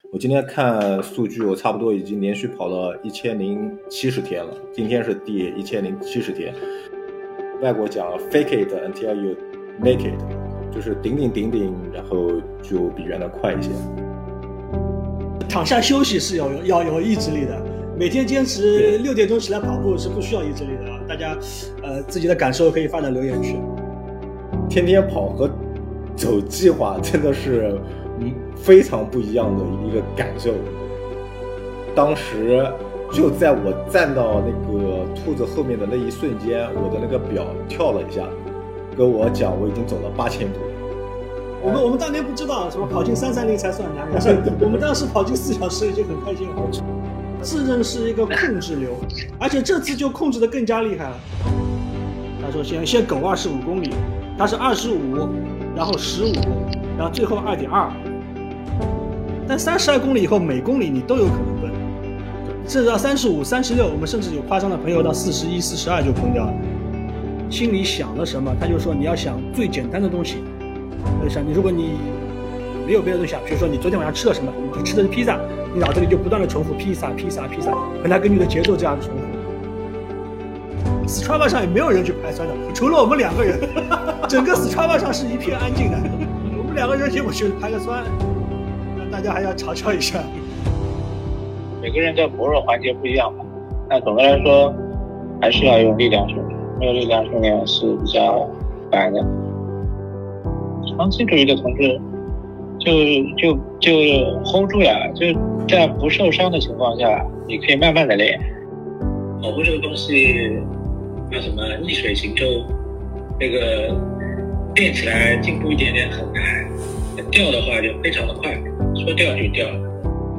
我今天看数据，我差不多已经连续跑了1070天了，今天是第1070天。外国讲 fake it until you make it， 就是顶，然后就比原来快一些。 躺下休息是要有意志力的，每天坚持6点钟起来跑步是不需要意志力的。大家自己的感受可以发到留言区。 天天跑和走计划真的是非常不一样的一个感受。当时就在我站到那个兔子后面的那一瞬间，我的那个表跳了一下，跟我讲我已经走了8000步。 我们当年不知道什么跑进330才算难，但是我们当时跑进4小时已经很开心了。自认是一个控制流，而且这次就控制的更加厉害了。他说先狗25公里，他是25，然后15，然后最后2.2。但32公里以后，每公里你都有可能崩，甚至到35、36，我们甚至有夸张的朋友到41、42就崩掉了。心里想了什么，他就说你要想最简单的东西。想你，如果你没有别的东西想，比如说你昨天晚上吃了什么，你就吃的是披萨，你脑子里就不断的重复披萨，和它根据的节奏这样的重复。Strava 上也没有人去排酸的，除了我们2个人，整个 Strava 上是一片安静的。我们2个人结果去排个酸，大家还要嘲笑一下。 每个人的薄弱环节不一样嘛，那总的来说还是要用力量训练，没有力量训练是比较烦的。长期主义的同志就 hold 住呀，就在不受伤的情况下，你可以慢慢的练。跑步这个东西叫什么逆水行舟，那个练起来进步一点点很难，掉的话就非常的快，说掉就掉了。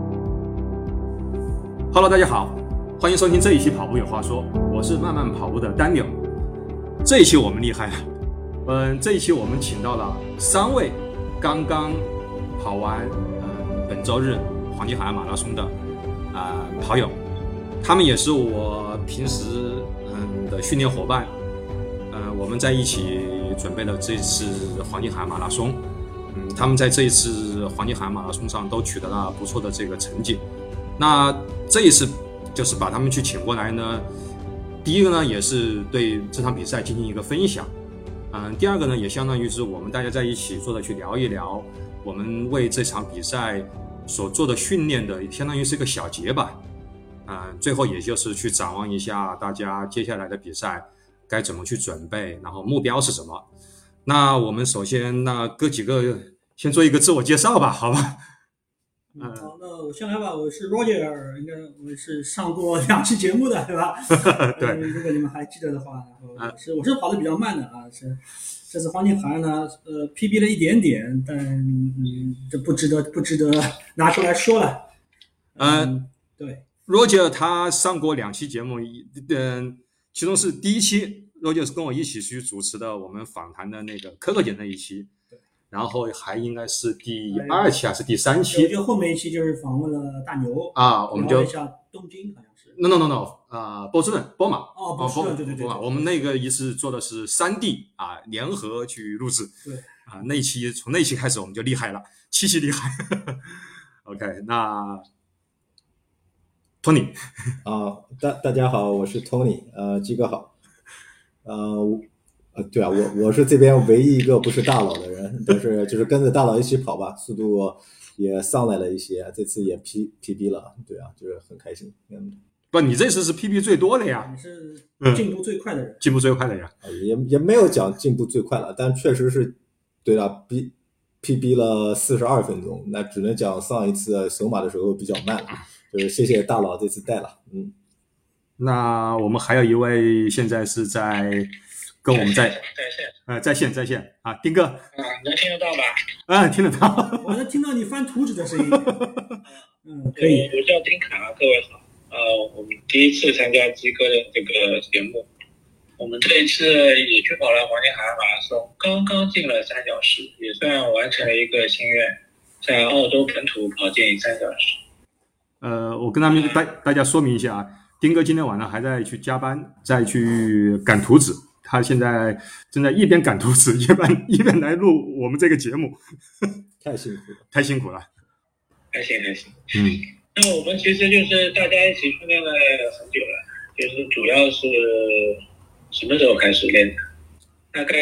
Hello， 大家好，欢迎收听这一期跑步有话说，我是慢慢跑步的 Daniel。这一期我们厉害了，这一期我们请到了3位刚刚跑完本周日黄金海岸马拉松的跑友，他们也是我平时的训练伙伴，我们在一起准备了这次黄金海岸马拉松，他们在这一次黄金海岸马拉松上都取得了不错的这个成绩。那这一次就是把他们去请过来呢，第一个呢也是对这场比赛进行一个分享，第二个呢也相当于是我们大家在一起坐着去聊一聊我们为这场比赛所做的训练的，相当于是一个小结吧。最后也就是去展望一下大家接下来的比赛该怎么去准备，然后目标是什么。那我们首先哥几个先做一个自我介绍吧，好吧？ 好，那我先来吧。我是 Roger， 应该我是上过2期节目的，对吧？ 对， 如果你们还记得的话，我是跑得比较慢的啊。这次黄金海岸呢，PB 了一点点，但这不值得拿出来说了。对。 Roger 他上过2期节目，其中是第1期 Roger 是跟我一起去主持的我们访谈的那个可可姐那一期，然后还应该是第2期还是第3期， 就后面一期就是访问了大牛我们就聊了一下东京，好像是 no 波士顿波马波士顿对， 我们那个一次做的是3地联合去录制， 对从那期开始我们就厉害了，7期厉害OK， 那Tony 大家好，我是 Tony， 基哥好。对啊，我是这边唯一一个不是大佬的人，但是就是跟着大佬一起跑吧，速度也上来了一些，这次也 PB 了，对啊，就是很开心。 不，你这次是 PB 最多的呀， 你是进步最快的人， 进步最快的呀， 也没有讲进步最快了，但确实是对了，PB 了42分钟，那只能讲上一次首马的时候比较慢，就是谢谢大佬这次带了。 那我们还有一位现在是在跟我们在线丁哥能听得到吧？ 听得到， 我能听到你翻图纸的声音。 可以。我叫丁卡，各位好。我们第一次参加基哥的这个节目，我们这一次也去跑了黄金海岸马拉松，刚刚进了3小时，也算完成了一个心愿，在澳洲本土跑进3小时。 我跟他们大家说明一下丁哥今天晚上还在去加班，再去赶图纸，他现在正在一边赶图纸一边来录我们这个节目， 太辛苦了， 太辛苦了。 还行还行。 嗯， 那我们其实就是大家一起训练了很久了，就是主要是什么时候开始练的？大概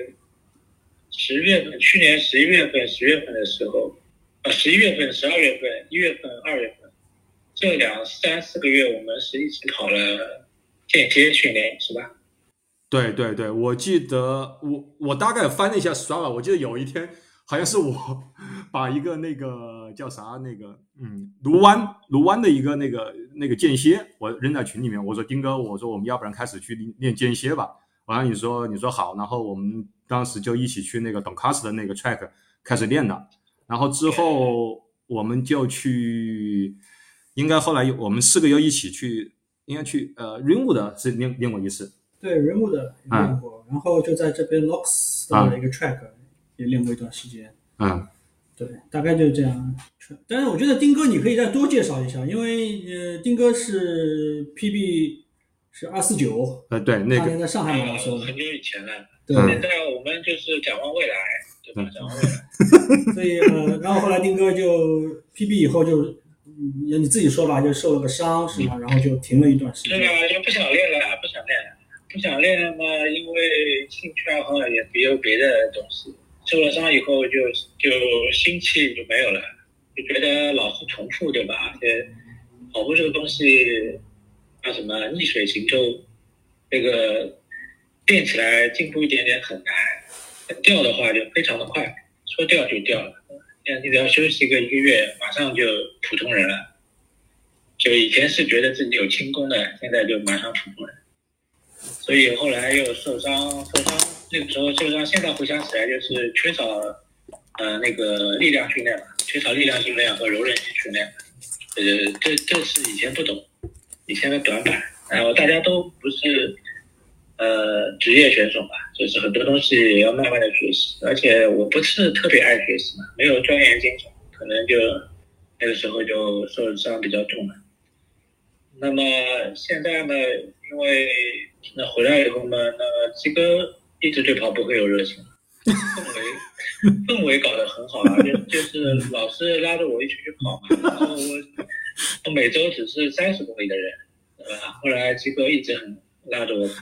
10月份，去年10月份的时候，11月份、12月份、1月份、2月份，这3、4个月我们是一起跑了间接训练，是吧？ 对对对，我记得我大概翻了一下 Strava， 我记得有一天好像是我把一个那个叫啥那个卢湾的一个那个间歇，我扔在群里面，我说丁哥，我说我们要不然开始去练间歇吧。完了你说好，然后我们当时就一起去那个 Doncaster 的那个 track 开始练的，然后之后我们就去，应该后来我们4个又一起去，应该去Ringwood 是练过一次。 对，人物的也练过，然后就在这边 Lox 的一个 track 也练过一段时间。对，大概就是这样。但是我觉得丁哥你可以再多介绍一下，因为丁哥是 PB 是249， 对，那个当年在上海马拉松， 很久以前了。 对， 现在我们就是展望未来，对吧？展望未来。 所以然后后来丁哥就 PB 以后就你自己说吧，就受了个伤是吧？然后就停了一段时间。 对啊，就不想练了，不想练嘛，因为兴趣爱好也有别的东西。受了伤以后就心气就没有了，就觉得老是重复，对吧？而且跑步这个东西，叫什么逆水行舟，这个练起来进步一点点很难，掉的话就非常的快，说掉就掉了。你只要休息1个月，马上就普通人了。就以前是觉得自己有轻功的，现在就马上普通人。所以后来又受伤，那个时候受伤，现在回想起来就是缺少那个力量训练嘛，缺少力量训练和柔韧性训练。这是以前不懂，以前的短板。然后大家都不是职业选手嘛，就是很多东西也要慢慢的学习。而且我不是特别爱学习嘛，没有钻研精神，可能就那个时候就受伤比较重了。那么现在呢，因为回来以后呢，那鸡哥一直对跑步很有热情，氛围搞得很好啊，就是老师拉着我一起去跑嘛。然后我每周只是30公里的人，对吧？后来鸡哥一直很拉着我跑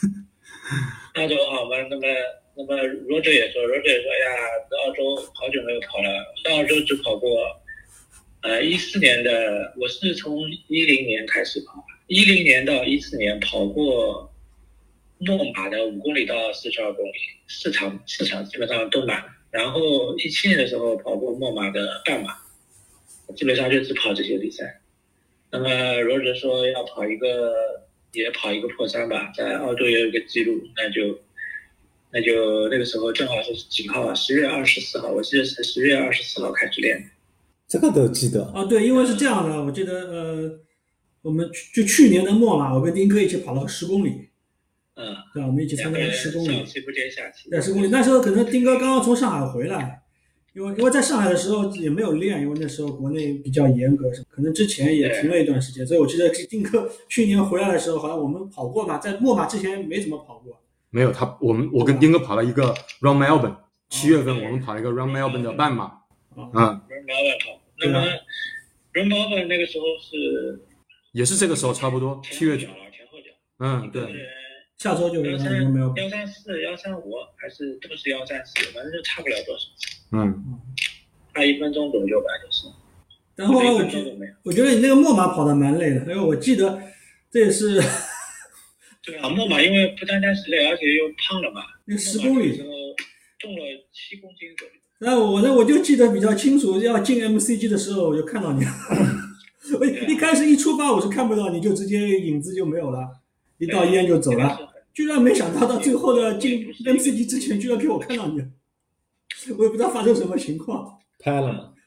嘛。那么 Roger 也说，哎呀，在澳洲好久没有跑了，在澳洲只跑过14年的，我是从10年开始跑，10年到14年跑过墨马的5公里到42公里，四场基本上都满了。然后17年的时候跑过墨马的半马，基本上就只跑这些比赛。那么罗哲说要跑一个破3吧，在澳洲也有一个记录，那就那个时候正好是几号啊？10月24号，我记得是10月24号开始练。 这个都记得啊，对，因为是这样的，我记得我们就去年的墨马，我跟丁哥一起跑了个10公里，对吧？我们一起参加了10公里， 上期不接下期。 对，10公里。那时候可能丁哥刚刚从上海回来，因为在上海的时候也没有练，因为那时候国内比较严格，可能之前也停了一段时间，所以我记得丁哥去年回来的时候，好像我们跑过嘛，在墨马之前没怎么跑过。 没有我跟丁哥跑了一个 Run Melbourne， 7月份我们跑了一个 Run Melbourne 的半马。 Run Melbourne 跑，那么 Run Melbourne 那个时候是也是这个时候差不多7月前后脚。 对。 下周就134、 135还是都是134，反正就差不了多少。差1分钟左右吧，就是。 然后我觉得你那个墨马跑得蛮累的，因为我记得这也是。 对啊，墨马因为不单单是累，而且又胖了嘛。 那10公里时候重了7公斤左右。 然后我就记得比较清楚，要进 MCG 的时候我就看到你了。我一开始一出发我是看不到你，就直接影子就没有了，一到医院就走了。居然没想到最后的进 MCG 之前居然给我看到你了，我也不知道发生什么情况。 拍了吗？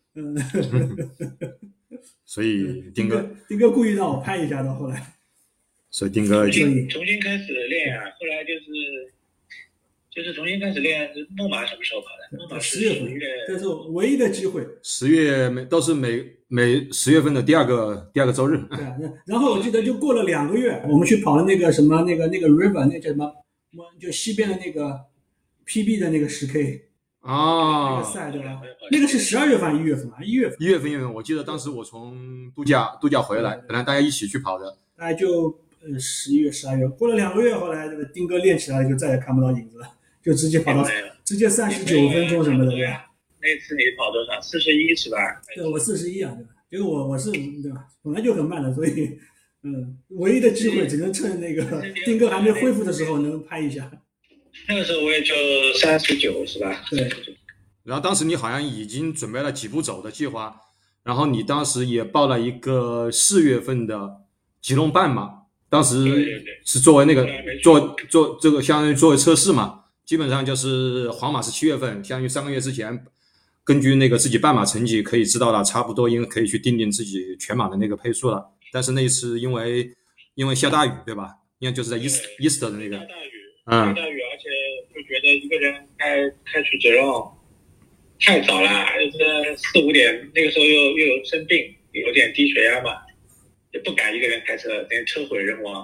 所以丁哥故意让我拍一下的，后来。 所以丁哥重新开始练啊，后来就是重新开始练。墨马什么时候跑的？墨马 10月份，这是唯一的机会。 10月都是每10月份的第二个周日。 对啊，然后我记得就过了2个月，我们去跑了那个什么那个 river， 那叫什么？就西边的那个 PB 的那个10K。 啊， 那个赛对吧？那个是12月份、1月份吧？1月份。 1月份，我记得当时我从度假回来，本来大家一起去跑的， 大概就11月、12月，过了2个月，后来这个丁哥练起来就再也看不到影子了，就直接跑到直接39分钟什么的，对吧？ 那次你跑多少？41是吧？ 对，我41啊，对吧？结果我是对吧？本来就很慢的，所以唯一的机会只能趁那个丁哥还没恢复的时候能拍一下。 那个时候我也就39是吧？ 对。 然后当时你好像已经准备了几步走的计划，然后你当时也报了一个4月份的吉隆半马，当时是作为那个做这个相当于作为测试嘛，基本上就是皇马是7月份，相当于3个月之前，根据那个自己半马成绩可以知道了，差不多应该可以去定自己全马的那个配速了。但是那一次因为下大雨，对吧？应该就是在Easter 的那个下大雨，而且就觉得一个人开去折让太早了，就是4、5点，那个时候又有生病，有点低血压嘛，也不敢一个人开车，等车毁人亡。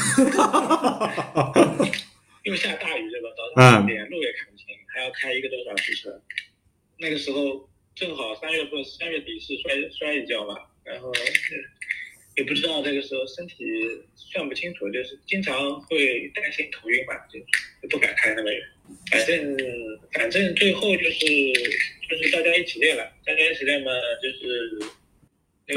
又下大雨，对吧？早上4点，路也看不清，还要开1个多小时车。那个时候正好3月底是摔一跤嘛，然后也不知道这个时候身体算不清楚，就是经常会担心头晕嘛，就不敢开那么远。反正最后就是大家一起练了，嘛，就是。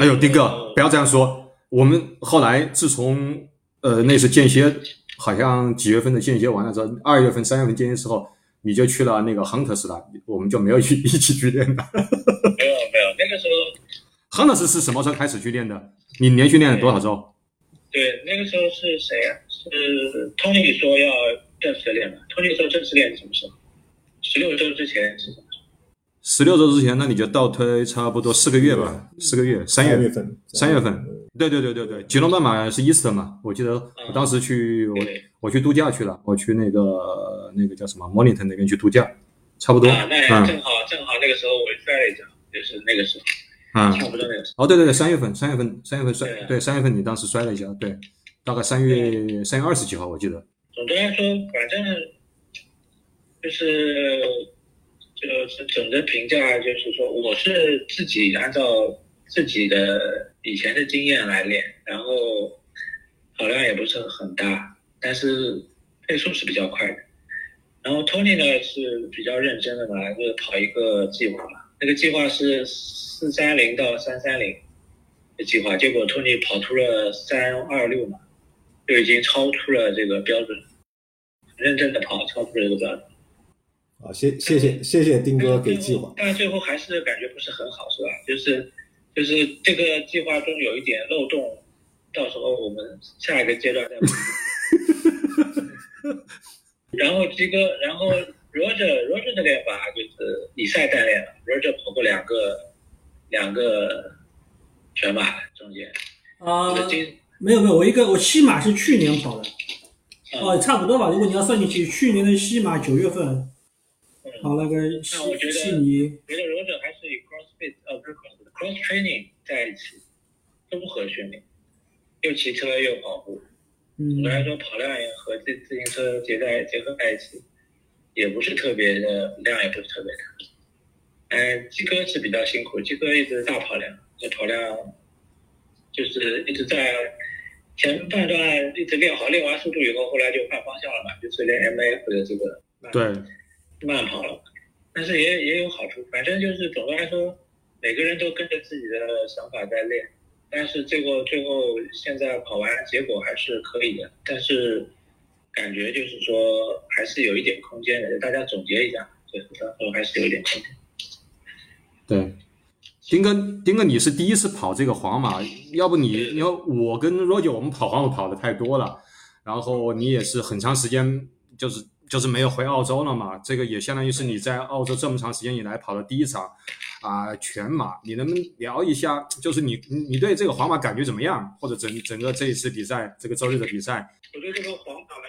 哎呦，丁哥，不要这样说。我们后来自从那次间歇，好像几月份的间歇完了之后，2月份、3月份间歇之后，你就去了那个 Hunters 了，我们就没有一起去练的。 没有，那个时候 Hunters 是什么时候开始去练的？你连续练了多少周？ 对，那个时候是谁啊？是 Tony 说要正式练嘛 ？Tony 说正式练是什么时候？16周之前是什么时候？ 16周之前，那你就倒推差不多4个月吧，4个月，3月份，3月份。对，吉隆半马是 Easter 嘛？我记得我当时去，我去度假去了，我去那个叫什么 Mornington 那边去度假，差不多。 那正好那个时候我摔了一跤，就是那个时候。差不多那个时候。 对，3月份摔，对，3月份你当时摔了一下，对，大概3月20几号我记得。 总的来说，反正就是总的评价就是说，我是自己按照自己的以前的经验来练，然后跑量也不是很大，但是配速是比较快的。然后 Tony 呢是比较认真的嘛，就是跑一个计划嘛，那个计划是430到330的计划，结果 Tony 跑出了326嘛，就已经超出了这个标准，认真的跑超出了这个标准。 谢谢丁哥给计划， 但最后还是感觉不是很好，是吧？就是这个计划中有一点漏洞，到时候我们下一个阶段再补。然后Roger 的练法就是以赛代练了 ，Roger 跑过两个全马中间。 没有，我西马是去年跑的，差不多吧。如果你要算进去，去年的西马9月份跑了个悉尼。 我觉得 Roger 还是以 CrossFit cross training 在一起，综合训练，又骑车又跑步。总的来说，跑量也和自行车结合在一起，也不是特别的量，也不是特别大。鸡哥是比较辛苦，鸡哥一直大跑量，这跑量就是一直在前半段一直练好，练完速度以后，后来就换方向了嘛，就是练 MF 的这个慢跑了。但是也有好处，反正就是总的来说，每个人都跟着自己的想法在练。但是最后现在跑完结果还是可以的，但是感觉就是说还是有一点空间的，大家总结一下，就是到时候还是有一点空间。 对，丁哥，你是第一次跑这个皇马，要不因为我跟 Roger 我们跑皇马跑的太多了，然后你也是很长时间就是没有回澳洲了嘛，这个也相当于是你在澳洲这么长时间以来跑的第一场全马，你能不能聊一下，就是你对这个皇马感觉怎么样，或者整个这一次比赛，这个周日的比赛？ 我对这个皇马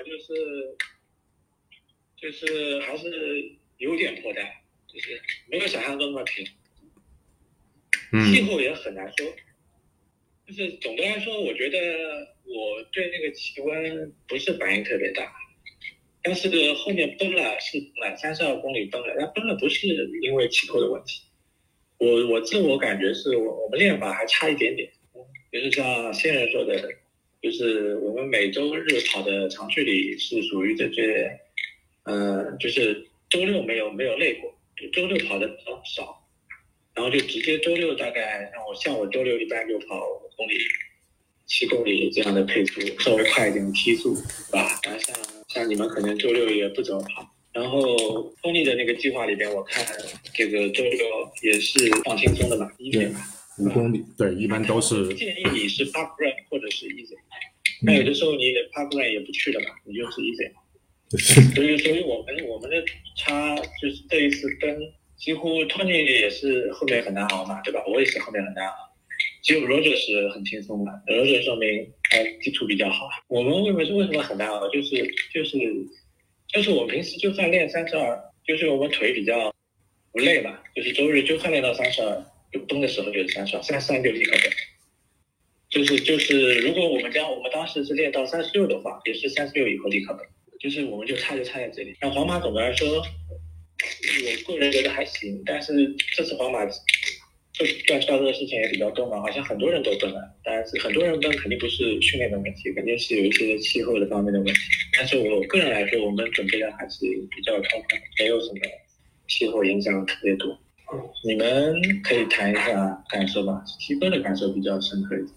就是还是有点破绽，就是没有想象中那么平，气候也很难说。就是总的来说，我觉得我对那个气温不是反应特别大。 但是后面崩了，是满32公里崩了，但崩了不是因为气候的问题。我自我感觉是我们练法还差一点点，就是像先人说的，就是我们每周日跑的长距离是属于这些，就是周六没有累过，周六跑的比较少，然后就直接周六大概像我周六一般就跑5公里、7公里这样的配速，稍微快一点的梯速，对吧？然后像你们可能周六也不怎么跑。然后托尼的那个计划里边，我看这个周六也是放轻松的嘛，easy 嘛 ，5公里， 对，一般都是建议你是 park run 或者是 easy。那有的时候你的 park run 也不去了嘛，你就是 easy。所以我们的差就是这一次跟几乎托尼也是后面很难熬嘛，对吧？我也是后面很难熬。只有 Roger 是很轻松的 ，Roger 说明他基础比较好。我们为什么很难熬？就是我们平时就算练32，就是我们腿比较不累嘛，就是周日就算练到32，就崩的时候就是32，33就立刻崩。就是如果我们当时是练到36的话，也是36以后立刻崩。就是我们就差在这里。那皇马总的来说，我个人觉得还行，但是这次皇马乱七八糟的事情也比较多嘛，好像很多人都崩了。但是很多人崩肯定不是训练的问题，肯定是有一些气候的方面的问题。但是我个人来说，我们准备的还是比较充分，没有什么气候影响特别多。你们可以谈一下感受吧，提哥的感受比较深刻一点。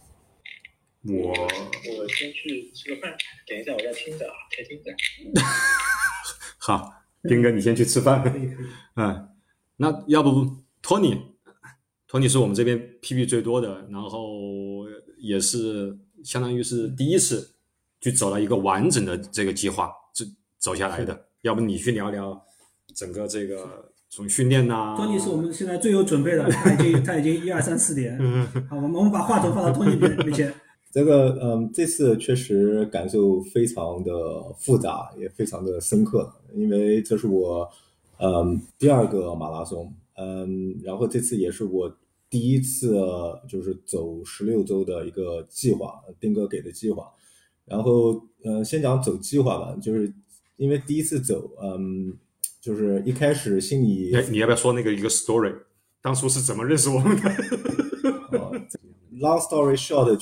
我先去吃个饭，等一下我再听着啊，再听着。 好，斌哥你先去吃饭。那要不托尼是我们这边 PB 最多的，然后也是相当于是第一次去走了一个完整的这个计划走下来的。要不你去聊聊整个这个从训练呐。 托尼是我们现在最有准备的，他已经1、2、3、4点。好，我们把话筒放到托尼面前。 这个这次确实感受非常的复杂，也非常的深刻，因为这是我第2个马拉松，然后这次也是我第一次就是走16周的一个计划，丁哥给的计划。然后先讲走计划吧，就是因为第一次走，就是一开始心里， 你要不要说那个一个 story， 当初是怎么认识我们的 ？Long story short，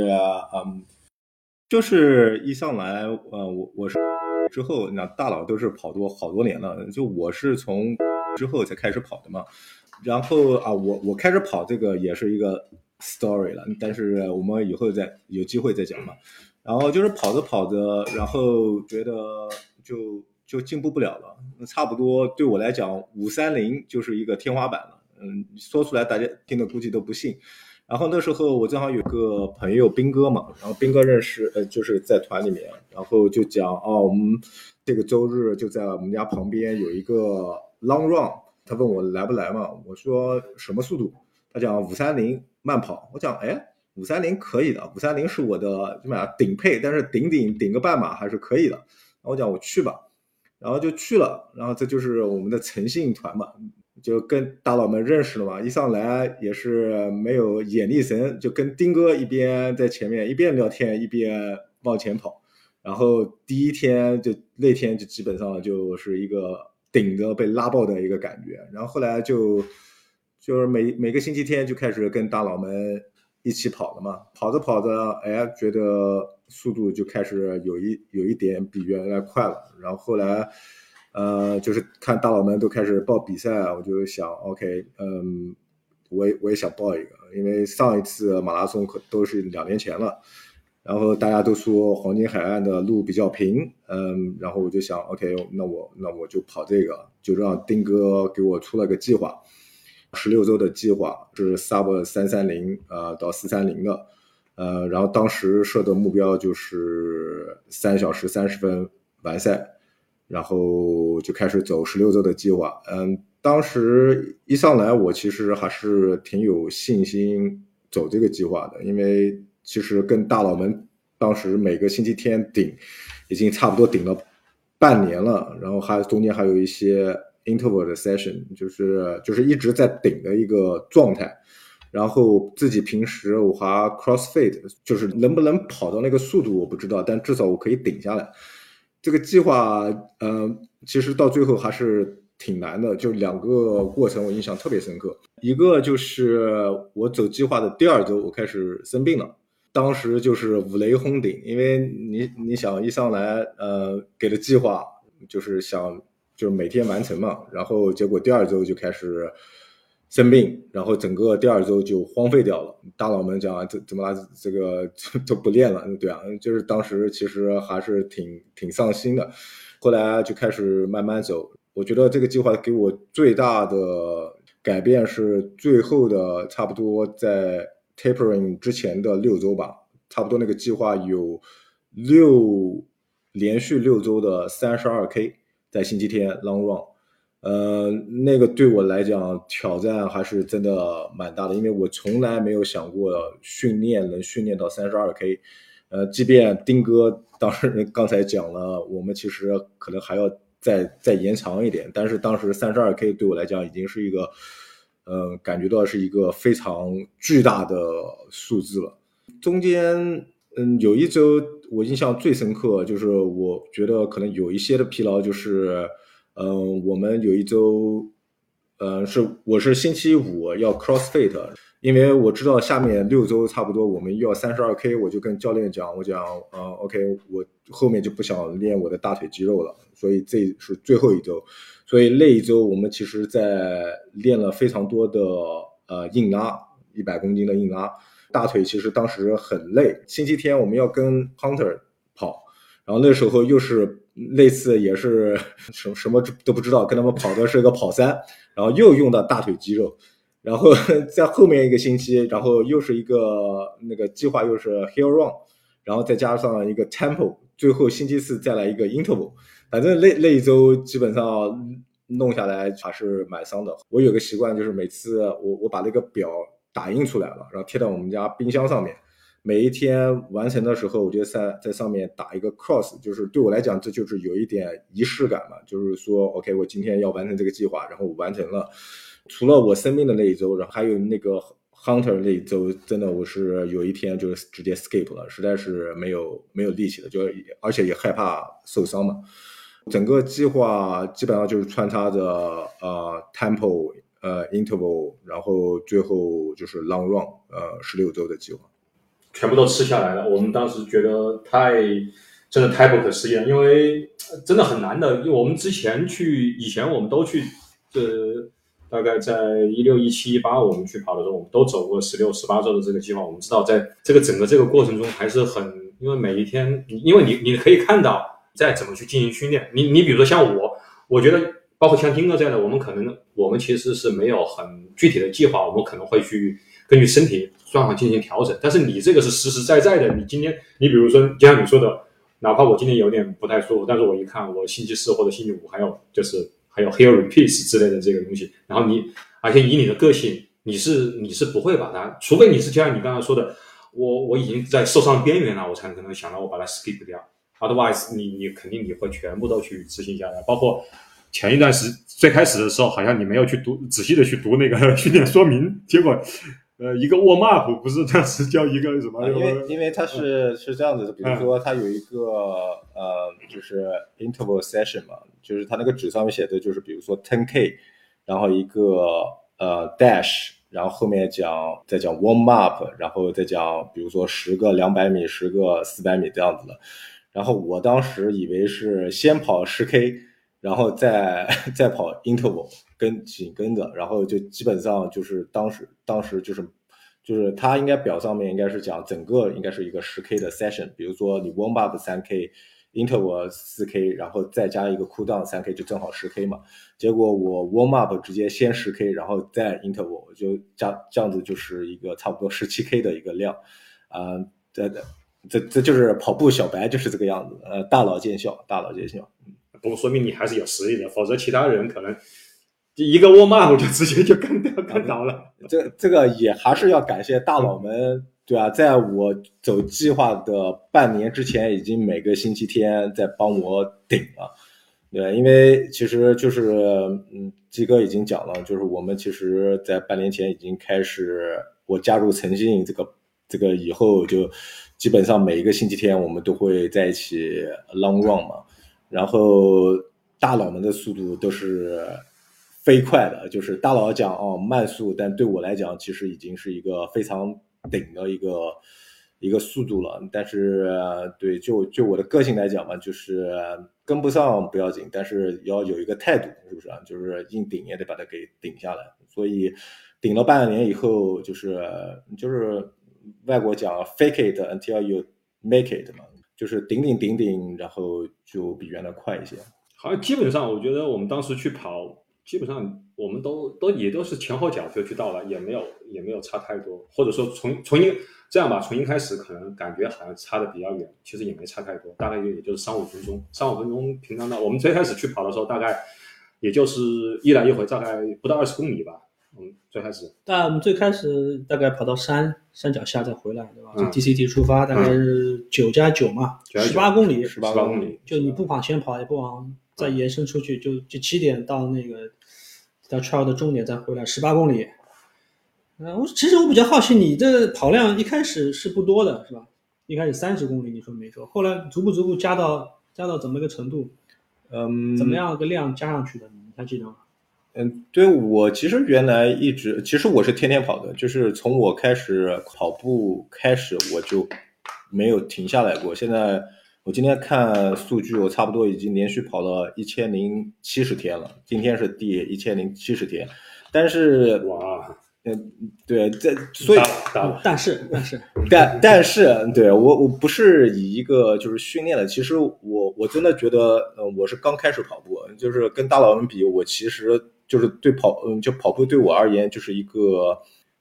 就是一上来，我是之后，那大佬都是跑好多年了，就我是从之后才开始跑的嘛。然后我开始跑这个也是一个 story 了，但是我们以后有机会再讲嘛。然后就是跑着，然后觉得就进步不了了，差不多对我来讲530就是一个天花板了。说出来大家听的估计都不信。然后那时候我正好有个朋友斌哥嘛，然后斌哥认识就是在团里面，然后就讲我们这个周日就在我们家旁边有一个 long run， 他问我来不来嘛，我说什么速度，他讲530慢跑，我讲530可以的，530是我的怎么样顶配，但是顶个半马还是可以的，然后我讲我去吧，然后就去了，然后这就是我们的诚信团嘛。就跟大佬们认识了嘛，一上来也是没有眼力神，就跟丁哥一边在前面一边聊天一边往前跑，然后第一天那天就基本上就是一个顶着被拉爆的一个感觉，然后后来就是每个星期天就开始跟大佬们一起跑了嘛，跑着觉得速度就开始有一点比原来快了，然后后来就是看大佬们都开始报比赛，我就想 OK， 我也想报一个，因为上一次马拉松都是2年前了，然后大家都说黄金海岸的路比较平，然后我就想 OK， 那我就跑这个，就让丁哥给我出了个计划，16周的计划是 sub 330到430的，然后当时设的目标就是3小时30分完赛。然后就开始走16周的计划，当时一上来我其实还是挺有信心走这个计划的，因为其实跟大佬们当时每个星期天顶，已经差不多顶了半年了，然后中间还有一些 interval 的 session， 就是一直在顶的一个状态，然后自己平时我还 crossfit， 就是能不能跑到那个速度我不知道，但至少我可以顶下来。 这个计划其实到最后还是挺难的，就2个过程我印象特别深刻。一个就是我走计划的第2周我开始生病了，当时就是五雷轰顶，因为你想一上来给的计划就是想就是每天完成嘛，然后结果第2周就开始生病，然后整个第2周就荒废掉了。大佬们讲怎么了，这个都不练了，对啊，就是当时其实还是挺伤心的。后来就开始慢慢走，我觉得这个计划给我最大的改变是最后的差不多在 tapering 之前的6周吧，差不多那个计划有连续6周的 32K 在星期天 long run。那个对我来讲挑战还是真的蛮大的，因为我从来没有想过能训练到 32K。即便丁哥当时刚才讲了，我们其实可能还要再延长一点，但是当时 32K 对我来讲已经是一个感觉到是一个非常巨大的数字了。中间有一周我印象最深刻，就是我觉得可能有一些的疲劳，就是我们有一周我是星期5要 CrossFit， 因为我知道下面6周差不多我们要 32K， 我就跟教练讲，我讲OK， 我后面就不想练我的大腿肌肉了，所以这是最后一周。所以那一周我们其实在练了非常多的硬拉，100公斤的硬拉，大腿其实当时很累。星期天我们要跟 Hunter 跑，然后那时候又是类似也是什么都不知道，跟他们跑的是一个跑3，然后又用到大腿肌肉，然后在后面一个星期，然后又是一个那个计划又是 hill run， 然后再加上一个 tempo， 最后星期4再来一个 interval。反正那一周基本上弄下来还是蛮伤的。我有个习惯，就是每次我把那个表打印出来了，然后贴到我们家冰箱上面，每一天完成的时候我就在上面打一个 cross， 就是对我来讲这就是有一点仪式感嘛，就是说 OK 我今天要完成这个计划，然后我完成了。除了我生病的那一周，然后还有那个 Hunter 那一周，真的我是有一天就直接 skip 了，实在是没有力气了，而且也害怕受伤嘛。整个计划基本上就是穿插着tempo interval， 然后最后就是 long run 16周的计划， 全部都吃下来了。我们当时觉得真的太不可思议了，因为真的很难的。因为我们以前我们都去大概在16、17、18我们去跑的时候，我们都走过16、18周的这个计划。我们知道在这个整个这个过程中还是很，因为每一天因为你可以看到再怎么去进行训练。你比如说像我觉得包括像丁哥这样的，我们其实是没有很具体的计划，我们可能会去根据身体状况进行调整。但是你这个是实实在在的，你比如说就像你说的，哪怕我今天有点不太舒服，但是我一看我星期4或者星期5还有 hill repeats 之类的这个东西，然后而且以你的个性，你是不会把它，除非你是就像你刚才说的，我已经在受伤边缘了，我才可能想到我把它 skip 掉。Otherwise 你肯定会全部都去执行下来。包括前一段最开始的时候，好像你没有去仔细的去读那个训练说明，结果一个 warm up 不是当时叫一个什么？ 因为它是这样子的，比如说它有一个就是 interval session 嘛，就是它那个纸上面写的就是比如说 10K， 然后一个dash， 然后后面再讲 warm up， 然后再讲比如说10个200米10个400米这样子的。然后我当时以为是先跑10K， 然后再跑 interval 紧跟着，然后就基本上就是当时就是他应该表上面应该是讲整个应该是一个10K 的 session， 比如说你 warm up 3K interval 4K， 然后再加一个 cool down 3K 就正好10K 嘛。结果我 warm up 直接先10K， 然后再 interval， 就这样子就是一个差不多17K 的一个量这就是跑步小白就是这个样子，大佬见笑。 不过说明你还是有实力的，否则其他人可能一个 warm up 就直接就干倒了。 这个也还是要感谢大佬们，对啊，在我走计划的半年之前，已经每个星期天在帮我顶了。对，因为其实就是鸡哥已经讲了，就是我们其实在半年前已经开始，我加入诚信这个以后，就基本上每一个星期天我们都会在一起 long run 嘛。 然后大佬们的速度都是飞快的，就是大佬讲慢速，但对我来讲其实已经是一个非常顶的一个速度了。但是对就我的个性来讲嘛，就是跟不上不要紧，但是要有一个态度，是不是啊？就是硬顶也得把它给顶下来。所以顶了半年以后，就是外国讲 fake it until you make it 嘛，就是顶，然后就比原来快一些。 好像基本上我觉得我们当时去跑，基本上我们也都是前后脚就去到了，也没有差太多，或者说从这样吧，从一开始可能感觉好像差的比较远，其实也没差太多，大概也就是3-5分钟，平常的我们最开始去跑的时候大概也就是一来一回大概不到20公里吧。最开始， 但我们最开始大概跑到山脚下再回来，对吧？就 DCT 出发，大概是9+9嘛，18公里 ，18公里， 就你不往前跑，也不往再延伸出去，就起点到那个到 trail 的终点再回来18公里。其实我比较好奇，你这跑量一开始是不多的，是吧？一开始30公里，你说没错，后来逐步加到怎么个程度？怎么样个量加上去的？你还记得吗？ 对，我其实原来其实我是天天跑的，就是从我开始跑步开始，我就没有停下来过。现在我今天看数据，我差不多已经连续跑了1070天了，今天是第1070天。但是哇， 对，所以但是对，我不是以一个就是训练的，其实我真的觉得我是刚开始跑步，就是跟大佬们比，我其实就是对就跑步对我而言就是一个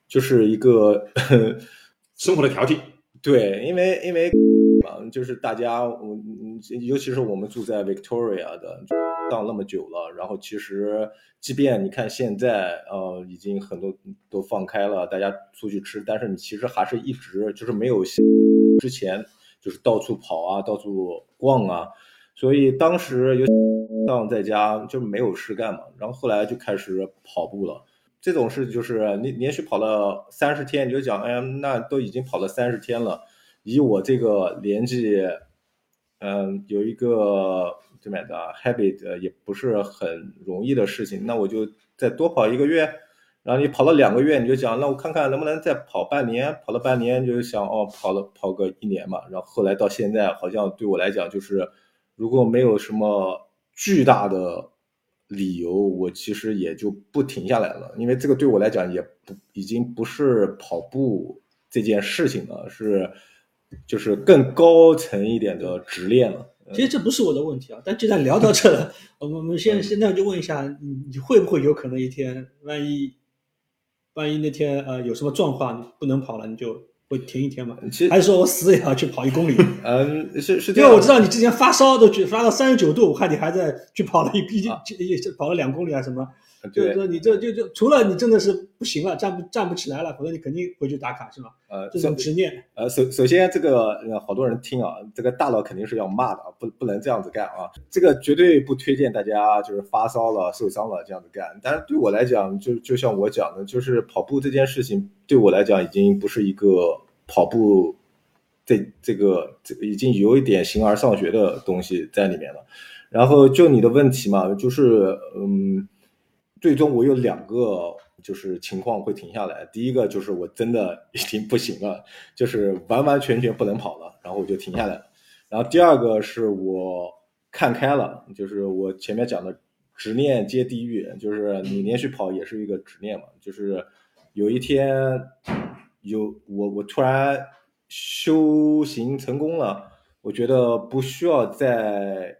生活的调剂。 对，因为就是大家尤其是我们住在 Victoria 的当那么久了，然后其实即便你看现在已经很多都放开了，大家出去吃，但是你其实还是一直就是没有之前就是到处跑啊，到处逛啊，所以当时在家就没有事干嘛，然后后来就开始跑步了。这种事就是你连续跑了30天，你就讲，哎呀，那都已经跑了30天了，以我这个年纪，有一个这么的 habit 也不是很容易的事情，那我就再多跑1个月，然后你跑了2个月，你就讲，那我看看能不能再跑半年，跑了半年就想跑个1年嘛，然后后来到现在好像对我来讲就是如果没有什么巨大的理由，我其实也就不停下来了，因为这个对我来讲已经不是跑步这件事情了，就是更高层一点的执练了。 其实这不是我的问题啊，但既然聊到这了，我们现在就问一下，你会不会有可能一天，万一那天有什么状况你不能跑了，你就会停一天吗？还是说我死也要去跑1公里？ 是这样， 因为我知道你之前发烧都发到39度，我看你还在去跑了跑了2公里啊什么。就是说你就除了你真的是不行了，站不起来了，否则你肯定回去打卡是吧？这种执念。 首先这个好多人听啊，这个大佬肯定是要骂的，不能这样子干啊，这个绝对不推荐大家就是发烧了受伤了这样子干。但是对我来讲，就像我讲的，就是跑步这件事情对我来讲已经不是一个跑步这个已经有一点形而上学的东西在里面了。然后就你的问题嘛，就是最终我有2个就是情况会停下来。第一个就是我真的已经不行了，就是完完全全不能跑了，然后我就停下来了。然后第二个是我看开了，就是我前面讲的执念皆地狱，就是你连续跑也是一个执念嘛。就是有一天我突然修行成功了，我觉得不需要再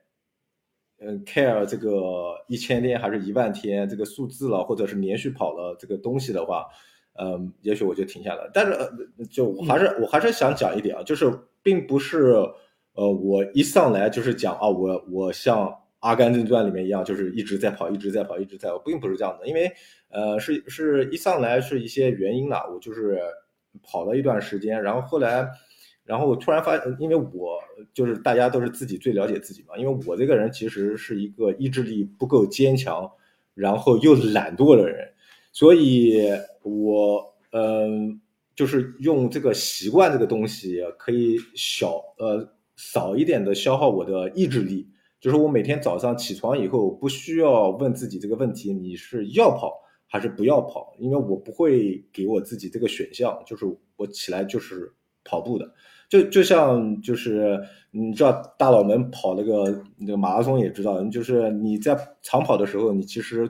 care 这个1000天还是10000天这个数字了，或者是连续跑了这个东西的话，也许我就停下来。但是我还是想讲一点啊，就是并不是我一上来就是讲啊，我像阿甘正传里面一样，就是一直在跑，我并不是这样的，因为是一上来是一些原因啦，我就是跑了一段时间，然后后来。然后我突然发现，因为我就是大家都是自己最了解自己嘛，因为我这个人其实是一个意志力不够坚强，然后又懒惰的人，所以我就是用这个习惯这个东西可以少一点的消耗我的意志力， 就是我每天早上起床以后，不需要问自己这个问题，你是要跑还是不要跑，因为我不会给我自己这个选项，就是我起来就是跑步的。就像就是你知道大佬们跑那个马拉松也知道，就是你在长跑的时候，你其实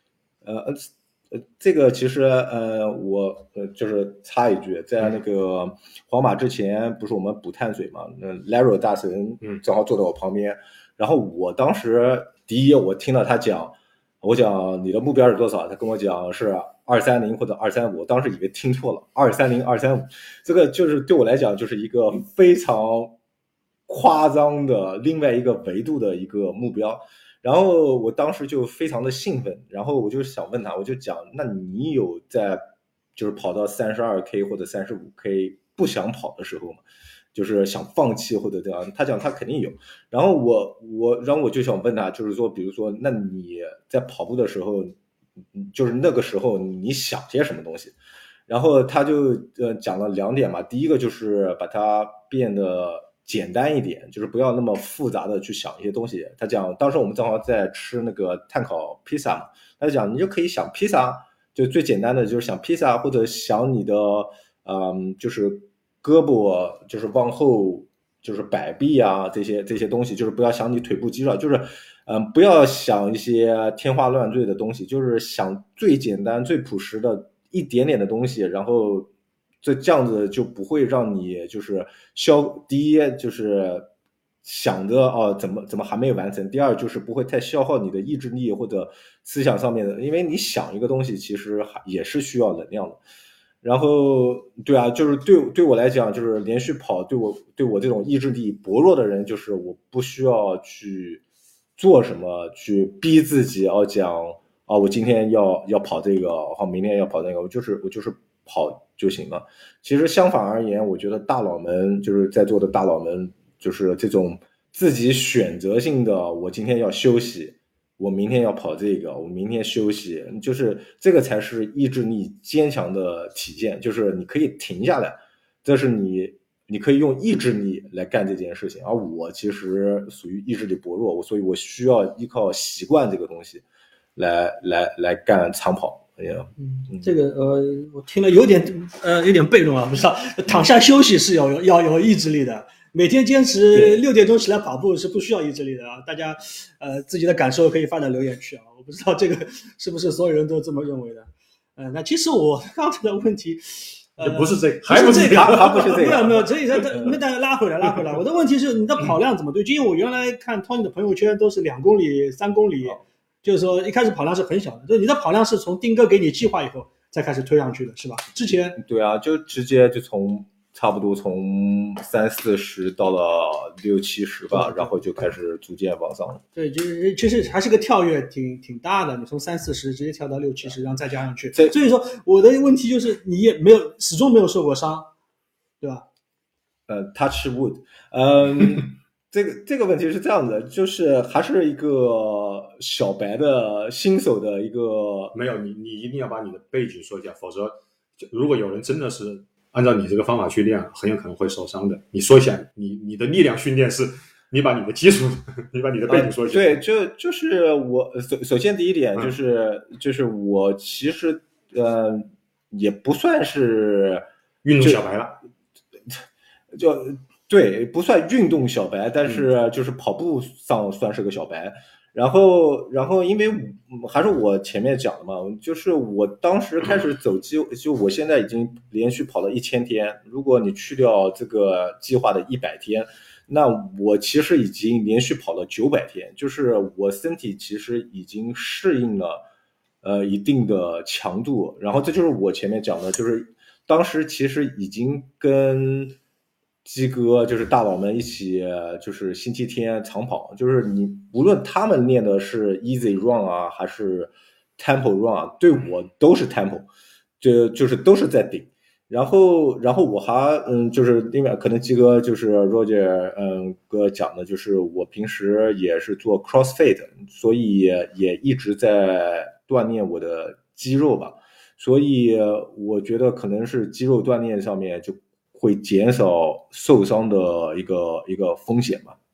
这个其实我就是插一句，在那个皇马之前不是我们补碳水嘛，那 Larry 大神正好坐在我旁边，然后我当时第一我听到他讲，我讲你的目标是多少，他跟我讲是230或者235，当时以为听错了，230、235，这个就是对我来讲就是一个非常夸张的另外一个维度的一个目标。然后我当时就非常的兴奋，然后我就想问他，我就讲，那你有在就是跑到32K 或者35K 不想跑的时候吗？就是想放弃或者这样？他讲他肯定有。然后我就想问他，就是说，比如说，那你在跑步的时候，就是那个时候你想些什么东西？然后他就讲了2点嘛，第一个就是把它变得简单一点，就是不要那么复杂的去想一些东西。他讲当时我们正好在吃那个碳烤披萨嘛，他就讲你就可以想披萨，就最简单的就是想披萨，或者想你的就是胳膊就是往后就是摆臂啊，这些东西，就是不要想你腿部肌肉，就是不要想一些天花乱坠的东西，就是想最简单最朴实的一点点的东西，然后这样子就不会让你就是第一就是想着怎么还没完成，第二就是不会太消耗你的意志力或者思想上面的，因为你想一个东西其实也是需要能量的。然后对啊，就是对我来讲，就是连续跑对我这种意志力薄弱的人，就是我不需要去做什么去逼自己讲我今天要跑这个，明天要跑那个，我就是跑就行了。其实相反而言，我觉得大佬们就是在座的大佬们，就是这种自己选择性的，我今天要休息，我明天要跑这个，我明天休息，就是这个才是意志力坚强的体现，就是你可以停下来，这是你可以用意志力来干这件事情。而我其实属于意志力薄弱，所以我需要依靠习惯这个东西来干长跑。 这个我听了有点悖论啊，不知道躺下休息是要有意志力的，每天坚持6点钟起来跑步是不需要意志力的啊。大家自己的感受可以发到留言区啊，我不知道这个是不是所有人都这么认为的。那其实我刚才的问题不是这个， 还不是这个， 还不是这个， 没有，所以没大家拉回来。我的问题是你的跑量怎么对？因为我原来看 Tony 的朋友圈都是2公里、3公里。就是说一开始跑量是很小的，就你的跑量是从丁哥给你计划以后再开始推上去的，是吧？之前对啊，就直接就差不多从30-40到了60-70吧，然后就开始逐渐往上了。 对，就是其实还是个跳跃挺大的，你从30-40直接跳到60-70，然后再加上去。所以说我的问题就是你也始终没有受过伤，对吧 ？Touch wood，这个问题是这样的，就是还是一个小白的新手的一个。 没有，你一定要把你的背景说一下，否则如果有人真的是按照你这个方法去练，很有可能会受伤的。你说一下，你的力量训练是，你把你的基础，你把你的背景说一下。 对，就是我首先第一点就是我其实也不算是运动小白了， 就。对，不算运动小白，但是就是跑步上算是个小白。然后因为还是我前面讲的嘛，就是我当时开始走就我现在已经连续跑了1000天，如果你去掉这个计划的100天，那我其实已经连续跑了900天，就是我身体其实已经适应了一定的强度。然后这就是我前面讲的，就是当时其实已经跟鸡哥就是大佬们一起就是星期天长跑，就是你无论他们练的是 easy run 啊还是 tempo run 啊，对我都是 tempo， 就是都是在顶。然后我还就是另外可能鸡哥就是 Roger 哥讲的，就是我平时也是做 CrossFit， 所以也一直在锻炼我的肌肉吧，所以我觉得可能是肌肉锻炼上面就会减少受伤的一个风险吧。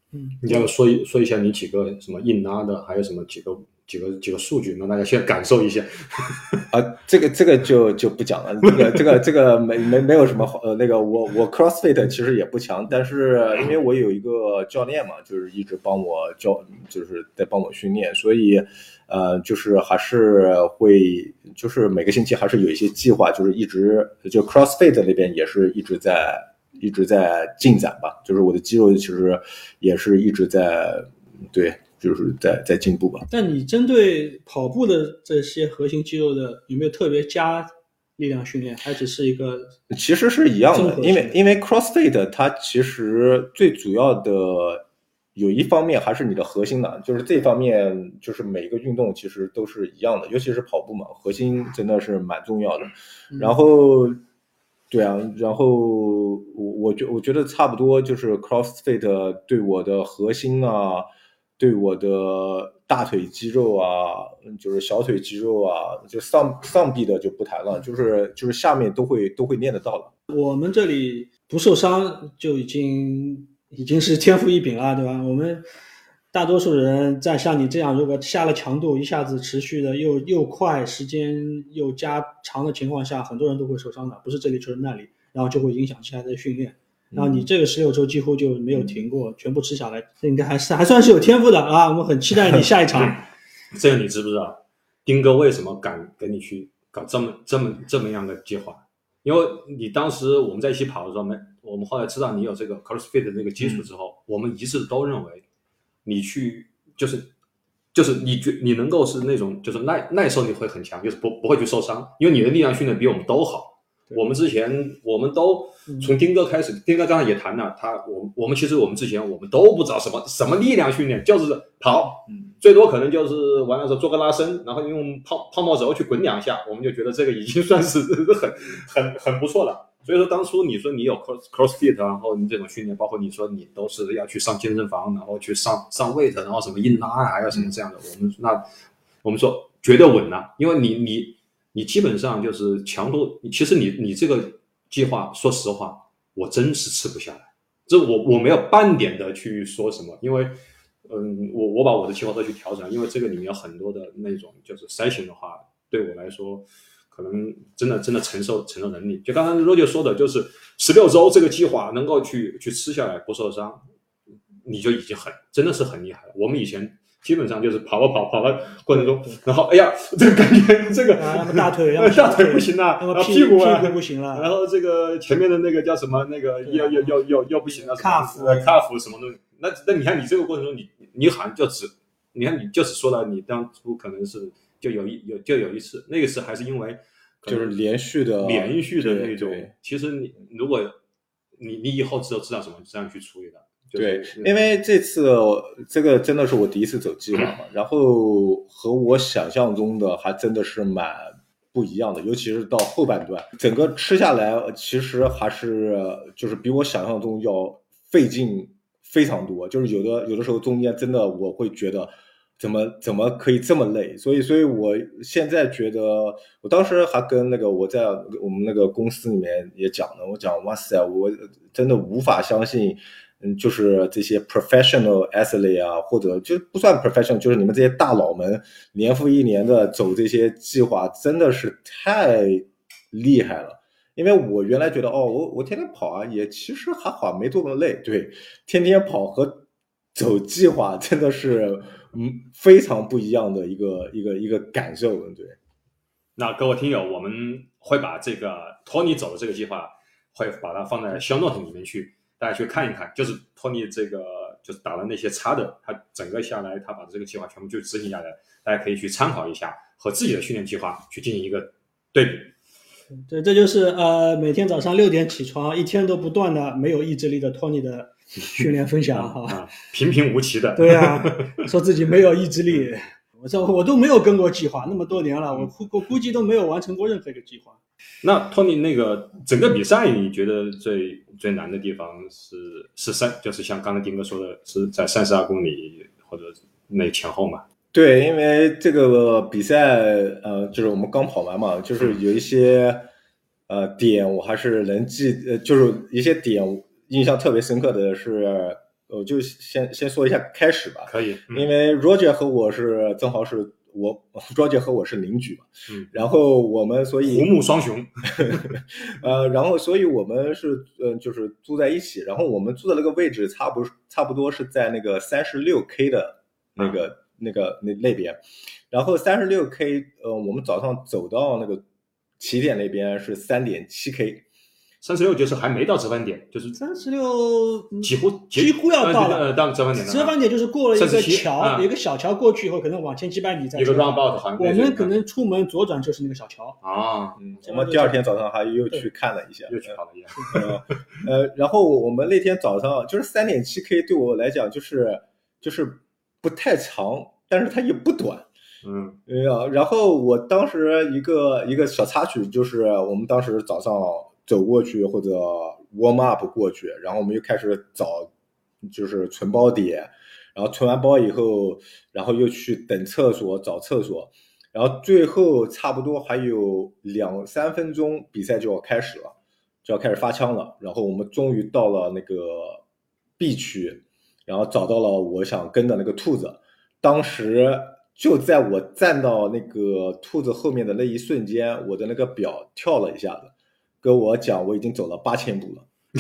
你要说一下你几个什么硬拉的，还有什么几个数据，让大家先感受一下。 这个就不讲了，这个没有什么那个我 CrossFit 其实也不强，但是因为我有一个教练嘛，就是一直帮我就是在帮我训练，所以就是还是会就是每个星期还是有一些计划，就是一直就 CrossFit 那边也是一直在进展吧，就是我的肌肉其实也是一直在对。就是在进步吧。 但你针对跑步的这些核心肌肉的，有没有特别加力量训练，还只是一个？ 其实是一样的，因为 CrossFit 它其实最主要的有一方面还是你的核心的，就是这方面就是每个运动其实都是一样的，尤其是跑步嘛，核心真的是蛮重要的。然后对啊，然后我觉得差不多就是 CrossFit 对我的核心啊，对我的大腿肌肉啊，就是小腿肌肉啊，就上臂的就不谈了，就是下面都会练得到了。 我们这里不受伤就已经是天赋异禀了，对吧？我们大多数人在像你这样，如果下了强度，一下子持续的又快，时间又加长的情况下，很多人都会受伤的，不是这里就是那里，然后就会影响其他的训练。然后你这个16周几乎就没有停过，全部吃下来，这应该还算是有天赋的啊！我们很期待你下一场。 这个你知不知道？丁哥为什么敢跟你去搞这么样的计划？因为你当时我们在一起跑的时候，我们后来知道你有这个 CrossFit 的这个基础之后，我们一致都认为你去就是你能够是那种就是耐受力会很强，就是不会去受伤，因为你的力量训练比我们都好。我们都从丁哥开始，丁哥刚才也谈了，我们其实我们之前我们都不知道什么力量训练，就是跑，最多可能就是完了之后做个拉伸，然后用泡沫轴去滚2下，我们就觉得这个已经算是很不错了。所以说当初你说你有 CrossFit， 然后你这种训练，包括你说你都是要去上健身房，然后去上 weight， 然后什么硬拉还有什么这样的，我们说绝对稳了，因为你基本上就是强度，其实你这个计划，说实话，我真是吃不下来。这我没有半点的去说什么，因为我把我的计划都去调整，因为这个里面有很多的那种就是筛选的话，对我来说可能真的承受能力。就刚刚 Roger 说的，就是16周这个计划能够去吃下来不受伤，你就已经真的是很厉害了。我们以前基本上就是跑的过程中，然后哎呀，这个感觉这个那么大腿不行了，然后屁股不行了， 然后这个前面的那个叫什么那个又不行了， 卡夫什么东西。那你看你这个过程中，你好像你看你就只说了你当初可能是就有一次，那个是还是因为就是连续的那种。其实如果你以后知道怎么这样去处理的。 对，因为这次这个真的是我第一次走计划嘛，然后和我想象中的还真的是蛮不一样的，尤其是到后半段，整个吃下来其实还是就是比我想象中要费劲非常多，就是有的时候中间真的我会觉得怎么可以这么累，所以我现在觉得，我当时还跟那个我在我们那个公司里面也讲了，我讲哇塞，我真的无法相信。就是这些 professional athlete 啊，或者就不算 professional， 就是你们这些大佬们年复一年的走这些计划，真的是太厉害了。因为我原来觉得我天天跑啊，也其实还好，没这么累。对，天天跑和走计划真的是非常不一样的一个感受。对， 那各位听友，我们会把这个托尼走的这个计划，会把它放在 show note 里面去。大家去看一看，就是托尼这个就是打了那些叉的，他整个下来他把这个计划全部就执行下来，大家可以去参考一下，和自己的训练计划去进行一个对比。 对，这就是每天早上6点起床，一天都不断的没有意志力的托尼的训练分享哈， 平平无奇的。 对啊，说自己没有意志力，我都没有跟过计划，那么多年了，我估计都没有完成过任何一个计划。 那托尼那个整个比赛，你觉得最难的地方是就是像刚才丁哥说的，是在32公里或者那前后嘛？ 对，因为这个比赛就是我们刚跑完嘛，就是有一些点我还是能就是一些点印象特别深刻的是我就先说一下开始吧。 可以， 因为 Roger 和我正好是Roger 和我是邻居嘛，然后我们所以虎目双雄， 然后所以我们是就是住在一起，然后我们住的那个位置差不多是在那个 36K 的那边，然后 36K 我们早上走到那个起点那边是 3.7K。 36就是还没到折返点，就是 36 几乎要到了， 到折返点了。 折返点就是过了一个桥， 有一个小桥过去以后，可能往前几百米再一个 roundabout， 好像我们可能出门左转就是那个小桥啊。 我们第二天早上还又去看了一下， 又去跑了一下。 然后我们那天早上就是 3.7K 对我来讲就是不太长，但是它也不短。然后我当时一个小插曲就是我们当时早上走过去或者 warm up 过去，然后我们又开始找就是存包点，然后存完包以后，然后又去等厕所找厕所，然后最后差不多还有2-3分钟比赛就要开始了，就要开始发枪了，然后我们终于到了那个 B 区，然后找到了我想跟的那个兔子。当时就在我站到那个兔子后面的那一瞬间，我的那个表跳了一下子，跟我讲我已经走了8000步了。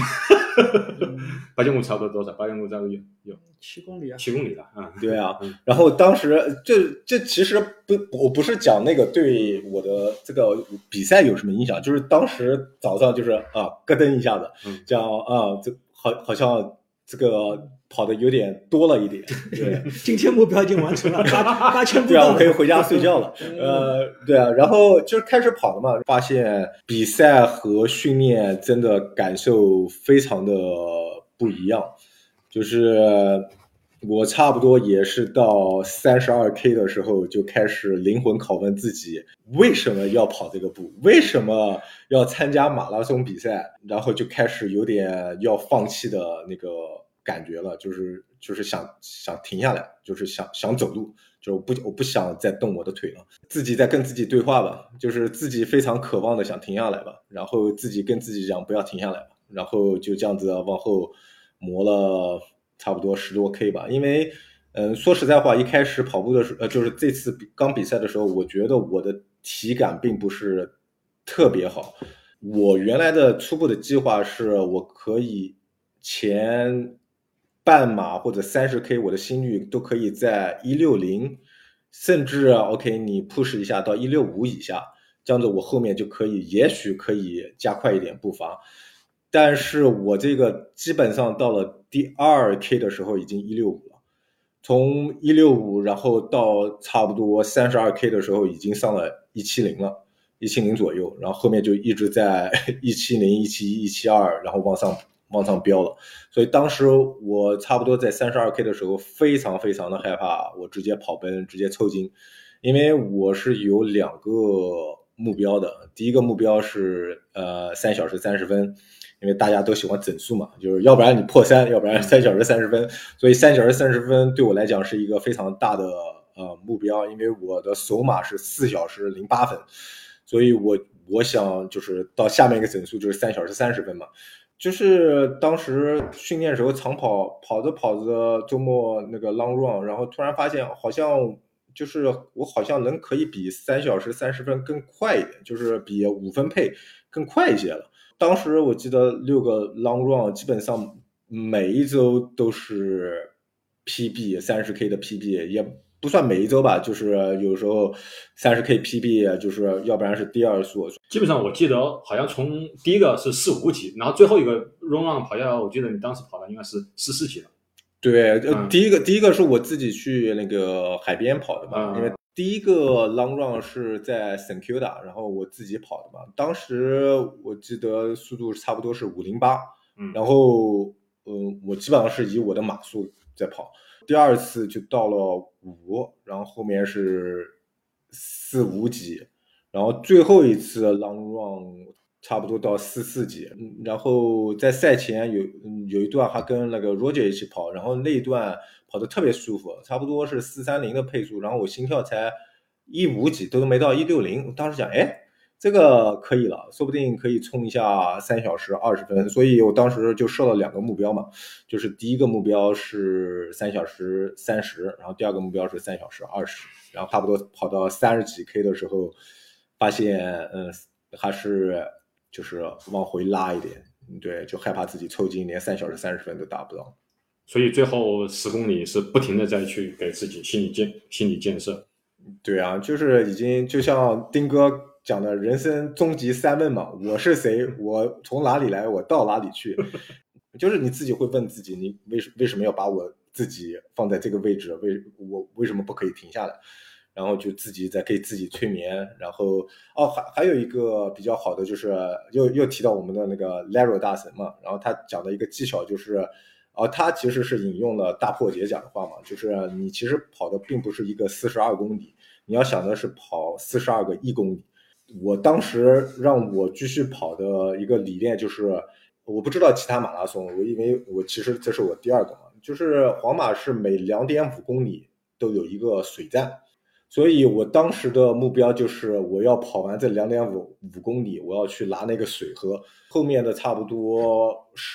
8000步差不多多少？8000步差不多有 7公里啊。 7公里了对啊，然后当时这其实我不是讲那个对我的这个比赛有什么影响，就是当时早上就是咯噔一下子，这样这好像这个跑的有点多了一点。对， 今天目标已经完成了，8000步。 对啊，我可以回家睡觉了。对啊，然后就是开始跑了嘛，发现比赛和训练真的感受非常的不一样。就是我差不多也是到 32K 的时候就开始灵魂拷问自己，为什么要跑这个步，为什么要参加马拉松比赛，然后就开始有点要放弃的那个感觉了，就是想停下来，就是想走路，就是我不想再动我的腿了，自己在跟自己对话吧，就是自己非常渴望的想停下来吧，然后自己跟自己讲不要停下来吧，然后就这样子往后磨了差不多10多 K 吧。因为说实在话，一开始跑步的时候就是这次刚比赛的时候，我觉得我的体感并不是特别好。我原来的初步的计划是我可以前半马或者30K 我的心率都可以在160，甚至 OK 你 push 一下到165以下，这样子我后面就可以也许可以加快一点步伐。但是我这个基本上到了第2K 的时候已经165了，从165然后到差不多32K 的时候已经上了170了，170左右，然后后面就一直在170、171、172，然后往上飙了。所以当时我差不多在32K 的时候非常非常的害怕，我直接跑奔直接抽筋，因为我是有2个目标的。第一个目标是3小时30分，因为大家都喜欢整数嘛，就是要不然你破3，要不然3小时30分，所以3小时30分对我来讲是一个非常大的目标，因为我的首马是4小时08分，所以我想就是到下面一个整数就是3小时30分嘛。就是当时训练的时候长跑着周末那个 long run， 然后突然发现好像就是我好像能可以比3小时30分更快一点，就是比5分配更快一些了。当时我记得6个 long run 基本上每一周都是 PB 30K 的 PB， 也不算每一周吧，就是有时候 30K PB 就是要不然是第二速。 基本上我记得好像从第一个是45级，然后最后一个 run 跑下来，我记得你当时跑的应该是14级了。 对，第一个是我自己去那个海边跑的嘛，因为第一个 long run 是在 St Kilda， 然后我自己跑的嘛，当时我记得速度差不多是508，然后我基本上是以我的码速在跑。第二次就到了5，然后后面是4、5级，然后最后一次 long run 差不多到4、4级，然后在赛前有一段还跟那个 Roger 一起跑，然后那一段跑得特别舒服，差不多是430的配速，然后我心跳才150几，都没到160，当时想这个可以了，说不定可以冲一下3小时20分。所以我当时就设了2个目标嘛，就是第一个目标是3小时30，然后第二个目标是3小时20，然后差不多跑到30几 K 的时候，发现还是就是往回拉一点，对，就害怕自己抽筋，连3小时30分都达不到。 所以最后10公里是不停的再去给自己心理建设。 对啊，就是已经就像丁哥讲的人生终极3问嘛，我是谁，我从哪里来，我到哪里去，就是你自己会问自己，你为什么要把我自己放在这个位置，我为什么不可以停下来，然后就自己在给自己催眠。然后还有一个比较好的就是又提到我们的那个 Larry 大神嘛，然后他讲的一个技巧就是他其实是引用了大破节讲的话嘛，就是你其实跑的并不是一个42公里，你要想的是跑42个1公里。我当时让我继续跑的一个理念就是，我不知道其他马拉松，因为我其实这是我第2个嘛，就是皇马是每 2.5 公里都有一个水站，所以我当时的目标就是我要跑完这 2.5 公里，我要去拿那个水喝。后面的差不多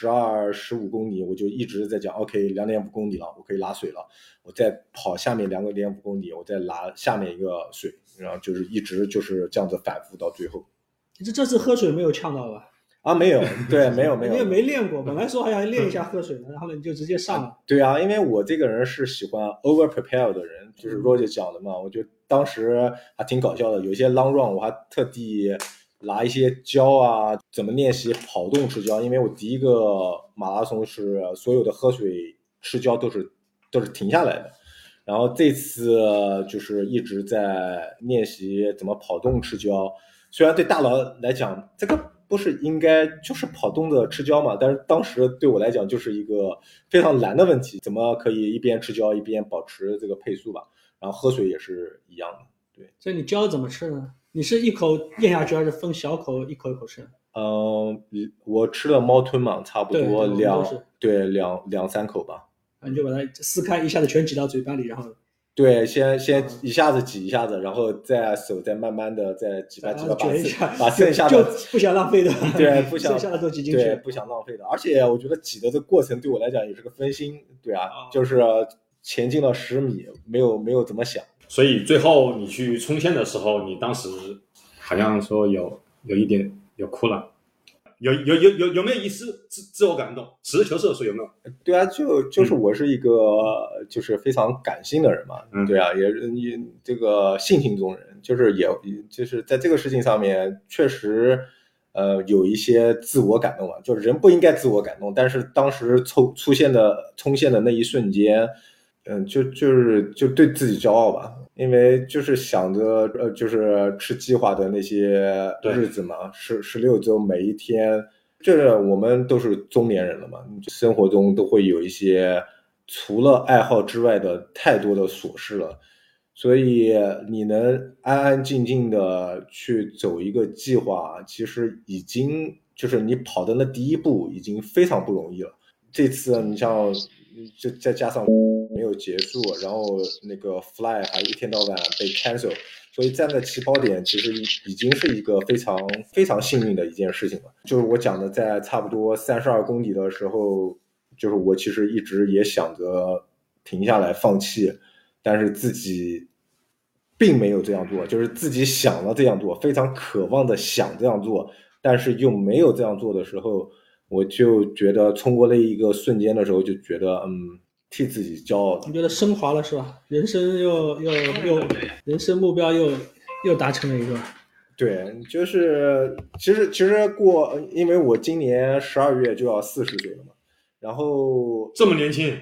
12、15公里我就一直在讲 OK 2.5 公里了，我可以拿水了，我再跑下面2.5公里，我再拿下面一个水，然后就是一直就是这样子反复到最后。 这次喝水没有呛到吧？ 没有，对，没有你也没练过，本来说还要练一下喝水的，然后呢你就直接上了。 对啊，因为我这个人是喜欢 over prepare 的人，就是 Roger 讲的嘛，我觉得当时还挺搞笑的，有一些 long run 我还特地拿一些胶啊，怎么练习跑动吃胶，因为我第一个马拉松是所有的喝水吃胶都是停下来的，然后这次就是一直在练习怎么跑动吃胶。虽然对大佬来讲这个不是应该就是跑动的吃胶嘛，但是当时对我来讲就是一个非常难的问题，怎么可以一边吃胶一边保持这个配速吧，然后喝水也是一样的。对， 所以你胶怎么吃呢？你是一口咽下去还是分小口一口一口吃？ 我吃了猫吞嘛，差不多两三口吧。 你就把它撕开，一下子全挤到嘴巴里，然后对，先一下子挤一下子，然后再手再慢慢的再挤吧，把剩下的就不想浪费的， 对，不想剩下的都挤进去， 对，不想浪费的。而且我觉得挤的这个过程对我来讲也是个分心，对啊，就是前进了10米，没有怎么想。 所以最后你去冲线的时候，你当时好像说有一点有哭了。有没有一丝自我感动？实事求是的说有没有？ 对啊，就是我是一个就是非常感性的人嘛，对啊，也这个性情中人，就是就是在这个事情上面确实有一些自我感动嘛，就是人不应该自我感动，但是当时冲线的那一瞬间，就对自己骄傲吧，因为就是想着就是吃计划的那些日子嘛，16周每一天，这我们都是中年人了嘛，生活中都会有一些除了爱好之外的太多的琐事了，所以你能安安静静的去走一个计划，其实已经就是你跑的那第一步已经非常不容易了。这次你像就再加上没有结束，然后那个 fly 还一天到晚被 cancel， 所以站在起跑点其实已经是一个非常非常幸运的一件事情了。就是我讲的在差不多32公里的时候，就是我其实一直也想着停下来放弃，但是自己并没有这样做，就是自己想了这样做，非常渴望的想这样做，但是又没有这样做的时候，我就觉得冲过那一个瞬间的时候，就觉得替自己骄傲了。 你觉得升华了是吧？人生又人生目标又达成了一个。 对，就是其实因为我今年12月就要40岁了嘛，然后这么年轻。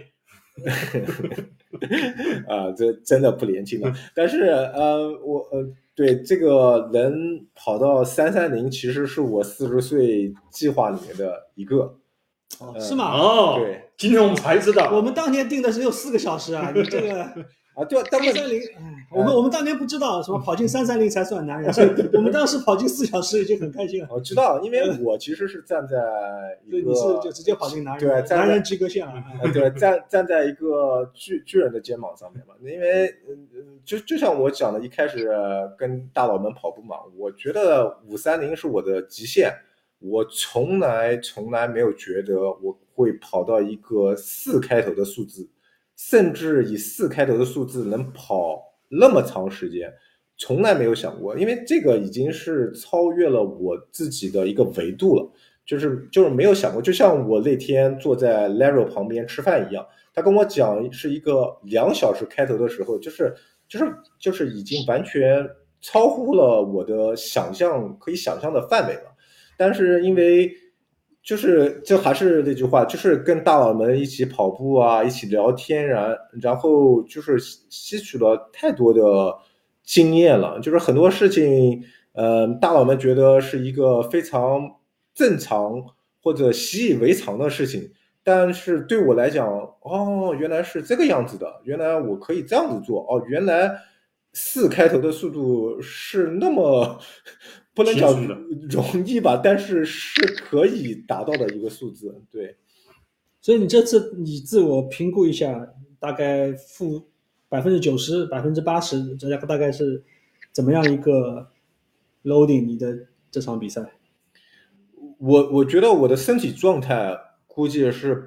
这真的不年轻了。但是对，这个能跑到330，其实是我40岁计划里面的一个。 是吗？ 对， 今天我们才知道。 我们当年定的是有4个小时啊，你这个对 330，我们当年不知道什么跑进330才算男人，我们当时跑进4小时已经很开心了。 我知道，因为我其实是站在一个， 你是就直接跑进男人， 对， 男人及格线了。 对，站在一个巨人的肩膀上面嘛，因为就像我讲的，一开始跟大佬们跑步嘛，我觉得530是我的极限，我从来没有觉得我会跑到一个4开头的数字，甚至以4开头的数字能跑那么长时间，从来没有想过，因为这个已经是超越了我自己的一个维度了，就是没有想过，就像我那天坐在 Laro 旁边吃饭一样，他跟我讲是一个2小时开头的时候，就是已经完全超乎了我的可以想象的范围了。但是因为就还是那句话，就是跟大佬们一起跑步啊，一起聊天，然后就是吸取了太多的经验了，就是很多事情，大佬们觉得是一个非常正常或者习以为常的事情，但是对我来讲，哦，原来是这个样子的，原来我可以这样子做，哦，原来4开头的速度是那么不能讲容易吧，但是是可以达到的一个数字，对。 所以你这次你自我评估一下，大概负90%、80%，这大概是怎么样一个 loading 你的这场比赛？ 我觉得我的身体状态估计是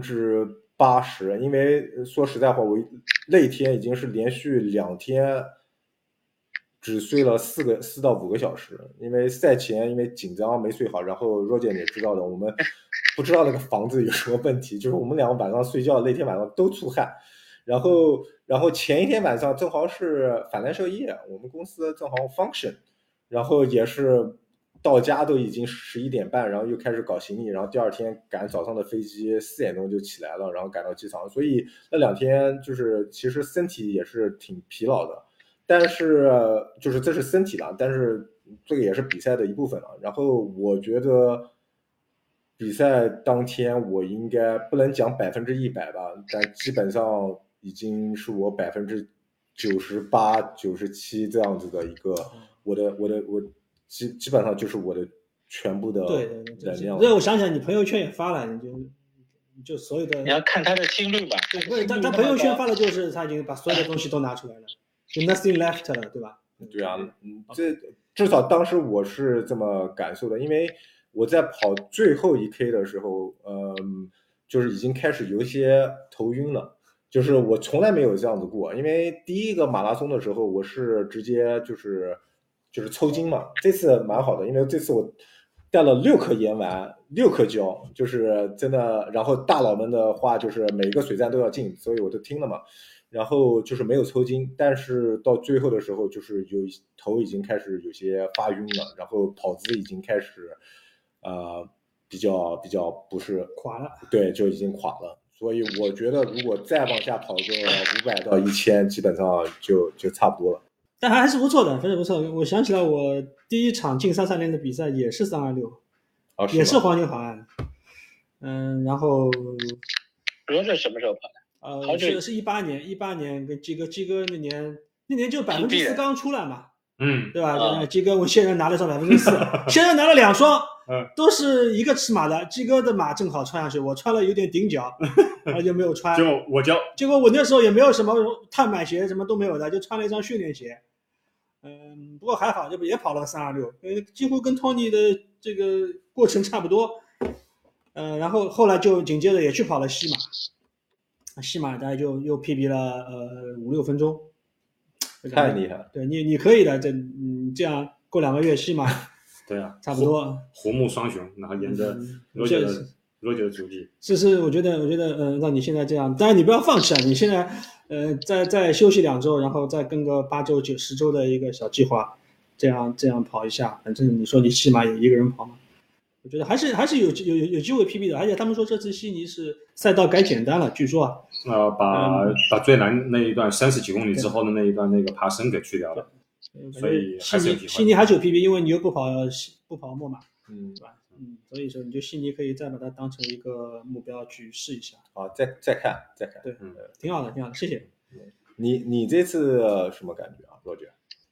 80%，因为说实在话，我那天已经是连续2天只睡了4到5个小时，因为赛前因为紧张没睡好，然后若姐你也知道的，我们不知道那个房子有什么问题，就是我们2个晚上睡觉那天晚上都出汗，然后前一天晚上正好是反蓝社夜，我们公司正好 function， 然后也是到家都已经11点半，然后又开始搞行李，然后第二天赶早上的飞机4点钟就起来了，然后赶到机场，所以那2天就是其实身体也是挺疲劳的，但是就是这是身体了，但是这个也是比赛的一部分了。然后我觉得比赛当天我应该不能讲100%吧，但基本上已经是我98%、97%这样子的一个我基本上就是我的全部的能量。 对，我想想，你朋友圈也发了，你就所有的你要看他的心率吧。 对，他朋友圈发的就是他已经把所有的东西都拿出来了，就 nothing left 了，对吧？ 对啊，这至少当时我是这么感受的，因为我在跑最后1 K 的时候，就是已经开始有一些头晕了。就是我从来没有这样子过，因为第一个马拉松的时候我是直接就是抽筋嘛，这次蛮好的，因为这次我带了6颗盐丸，6颗胶，就是真的，然后大佬们的话就是每个水站都要进，所以我都听了嘛，然后就是没有抽筋，但是到最后的时候就是头已经开始有些发晕了，然后跑姿已经开始比较不是垮了， 对，就已经垮了。所以我觉得，如果再往下跑个500到1000，基本上就差不多了。 但还是不错的，非常不错。我想起来，我第一场进330的比赛也是326，也是黄金海岸。然后罗哲什么时候跑的？ 是18年跟鸡哥那年就4%刚出来嘛，对吧？鸡哥我现任拿了上4%，现任拿了2双。都是一个尺码的，鸡哥的码正好穿上去，我穿了有点顶脚，而且没有穿。结果我那时候也没有什么碳板鞋，什么都没有的，就穿了一双训练鞋。不过还好，这不也跑了326，几乎跟 Tony 的这个过程差不多。然后后来就紧接着也去跑了西马大概就又 PB 了5-6分钟， 太厉害了。 对你可以的，这样过2个月西马。 对啊， 差不多。 虎目双雄，然后沿着罗杰的足迹。 是，我觉得，让你现在这样，当然你不要放弃啊！你现在，再休息2周，然后再跟个8周、10周的一个小计划，这样跑一下。反正你说你起码也一个人跑嘛，我觉得还是有机会 PB 的。而且他们说这次悉尼是赛道改简单了，据说啊。 把最难那一段30几公里之后的那一段那个爬升给去掉了。所以还是有机会。 悉尼还是有 PB， 因为你又不跑墨马，对吧？所以说你就悉尼可以再把它当成一个目标去试一下。 再看。 对，挺好的，谢谢。 你这次什么感觉啊，罗杰？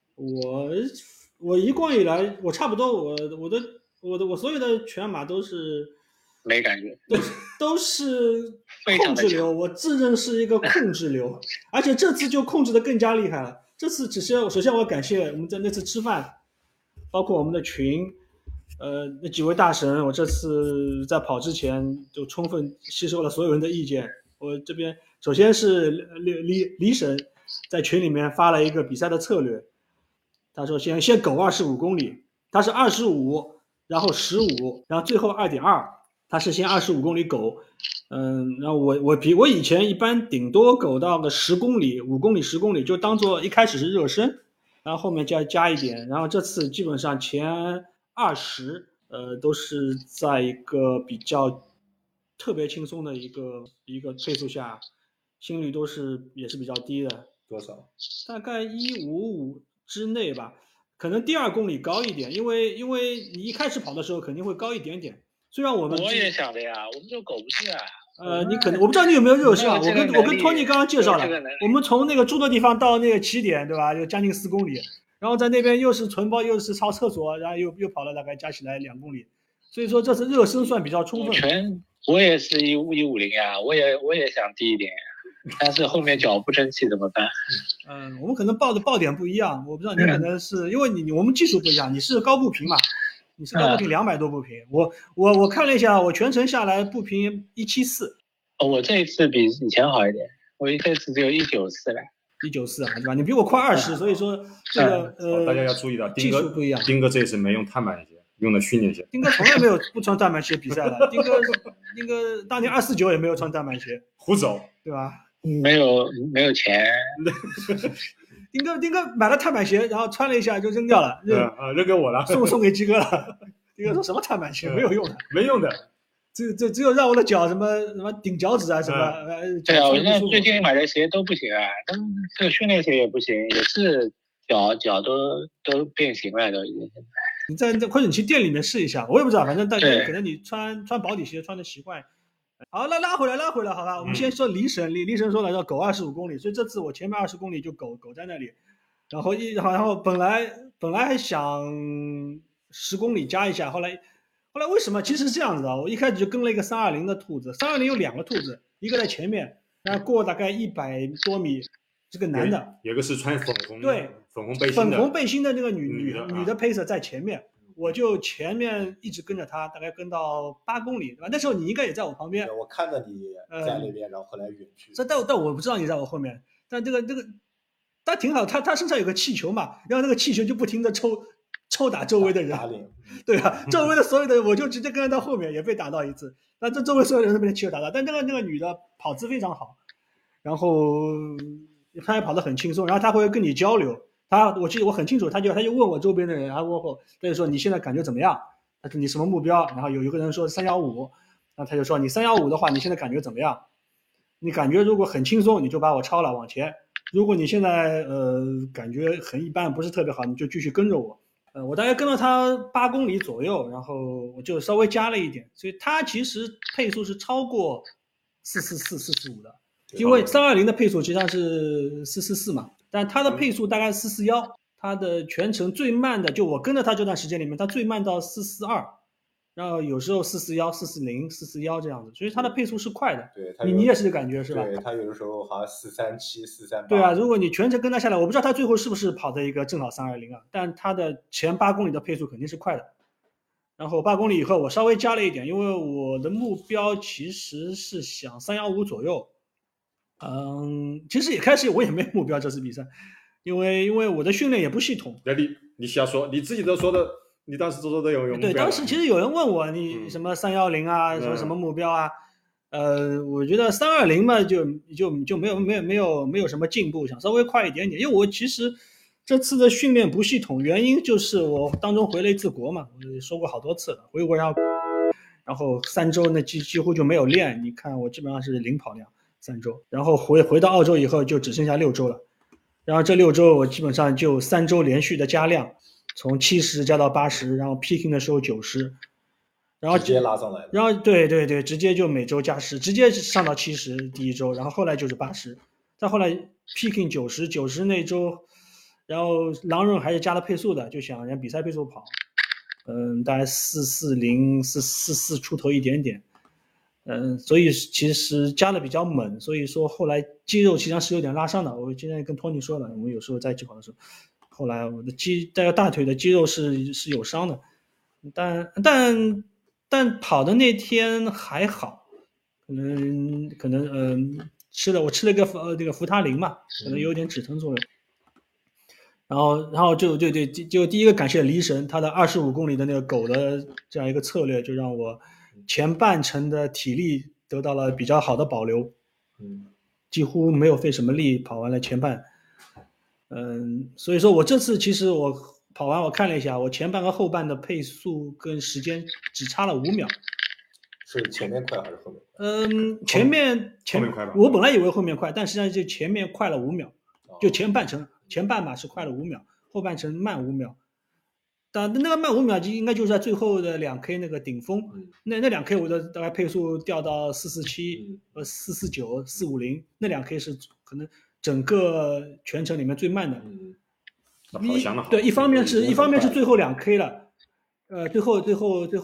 我一贯以来，我差不多，我所有的全马都是没感觉， 都是控制流，我自认是一个控制流，而且这次就控制的更加厉害了。 这次首先我感谢我们在那次吃饭，包括我们的群，那几位大神，我这次在跑之前就充分吸收了所有人的意见。我这边首先是李婶在群里面发了一个比赛的策略，他说先狗25公里，他是25，然后15，然后最后2.2，他是先25公里狗。然后我以前一般顶多狗到个10公里、5公里、10公里，就当做一开始是热身，然后后面加一点。然后这次基本上前20，都是在一个比较特别轻松的一个配速下，心率也是比较低的。 多少？ 大概155之内吧，可能第2公里高一点，因为你一开始跑的时候肯定会高一点点。虽然我也想的呀，我们就狗不是啊。 你可能我不知道你有没有热身啊？我跟托尼刚刚介绍了，我们从那个住的地方到那个起点，对吧？就将近4公里，然后在那边又是存包又是抄厕所，然后又跑了大概加起来2公里，所以说这次热身算比较充分。 我也是150呀，我也想低一点，但是后面脚不争气怎么办？ 我们可能报的爆点不一样，我不知道你可能是因为我们技术不一样，你是高步频嘛。你是高步频200多步频，我看了一下，我全程下来步频174。 我这一次比以前好一点，我这次只有194了。 194啊，对吧？你比我快20，所以说这个大家要注意到， 技术不一样。 丁哥这次没用碳板鞋，用的训练鞋。 丁哥从来没有不穿碳板鞋比赛的，丁哥当年249也没有穿碳板鞋， 胡走， 对吧？ 没有钱。 丁哥买了碳板鞋，然后穿了一下就扔掉了， 扔给我了， 送给鸡哥了。丁哥说什么碳板鞋没有用的， 没用的， 只有让我的脚什么顶脚趾啊什么。 对啊，我现在最近买的鞋都不行啊，这个训练鞋也不行，也是脚都变形了都已经。 你在快手期店里面试一下，我也不知道，反正大概可能你穿保底鞋穿的习惯。好，拉回来，好吧。我们先说李婶说了要狗25公里，所以这次我前面20公里就狗在那里，然后本来还想10公里加一下，后来为什么？其实是这样子的，我一开始就跟了一个320的兔子，320有2个兔子，一个在前面，然后过大概100多米，这个男的， 有个是穿粉红背心的那个女的 pacer 在前面。我就前面一直跟着他，大概跟到8公里，对吧？那时候你应该也在我旁边。 我看到你在那边，然后后来远去。 但我不知道你在我后面。但这个他挺好，他身上有个气球嘛，然后那个气球就不停的抽打周围的人，对吧？周围的所有的人，我就直接跟在他后面，也被打到一次。那这周围所有人都被气球打到，但那个女的跑姿非常好，然后她也跑得很轻松，然后她会跟你交流。我记得我很清楚，他就问我周边的人，然后问后他就说你现在感觉怎么样？他说你什么目标？然后有一个人说315，然后他就说你315的话，你现在感觉怎么样？你感觉如果很轻松，你就把我超了往前；如果你现在感觉很一般，不是特别好，你就继续跟着我。我大概跟了他8公里左右，然后我就稍微加了一点，所以他其实配速是超过444、445的，因为320的配速实际上是444嘛。但它的配速大概441，它的全程最慢的，就我跟着它这段时间里面，它最慢到442，然后有时候441、440、441这样子，所以它的配速是快的。 对， 你也是这感觉是吧？ 对，它有的时候好像437、438。 对啊，如果你全程跟它下来，我不知道它最后是不是跑的一个正好320啊，但它的前8公里的配速肯定是快的。然后8公里以后，我稍微加了一点，因为我的目标其实是想315左右。其实开始我也没目标这次比赛，因为我的训练也不系统。 你瞎说，你自己都说的，你当时都有目标。 对，当时其实有人问我你什么310啊，什么目标啊？我觉得320嘛，就没有什么进步，想稍微快一点点。因为我其实这次的训练不系统，原因就是我当中回了一次国嘛，我说过好多次了，回国然后3周那几乎就没有练，你看我基本上是零跑量。3周，然后回到澳洲以后就只剩下6周了，然后这6周我基本上就3周连续的加量，从70加到80，然后 peaking 的时候90，然后直接拉上来了， 然后对，直接就每周加10，直接上到70第1周，然后后来就是80，再后来 peaking 90那周，然后狼人还是加了配速的，就想让比赛配速跑，大概440、444出头一点点。 所以其实加的比较猛，所以说后来肌肉实际上是有点拉伤的。我今天跟托尼说了，我们有时候在一起跑的时候，后来我的大腿的肌肉是有伤的，但跑的那天还好，可能我吃了一个那个扶他林嘛，可能有点止疼作用。然后就第一个感谢黎神，他的25公里的那个狗的这样一个策略，就让我前半程的体力得到了比较好的保留，几乎没有费什么力跑完了前半。所以说我这次其实我跑完我看了一下，我前半和后半的配速跟时间只差了5秒。 是前面快还是后面快？ 前面快吧。 我本来以为后面快，但实际上就前面快了5秒，就前半马是快了5秒，后半程慢5秒。但那个慢5秒应该就是在最后的2K 那个顶峰，那2K 我的大概配速掉到447和449、450，那2K 是可能整个全程里面最慢的。对，一方面是最后2K 了。最后的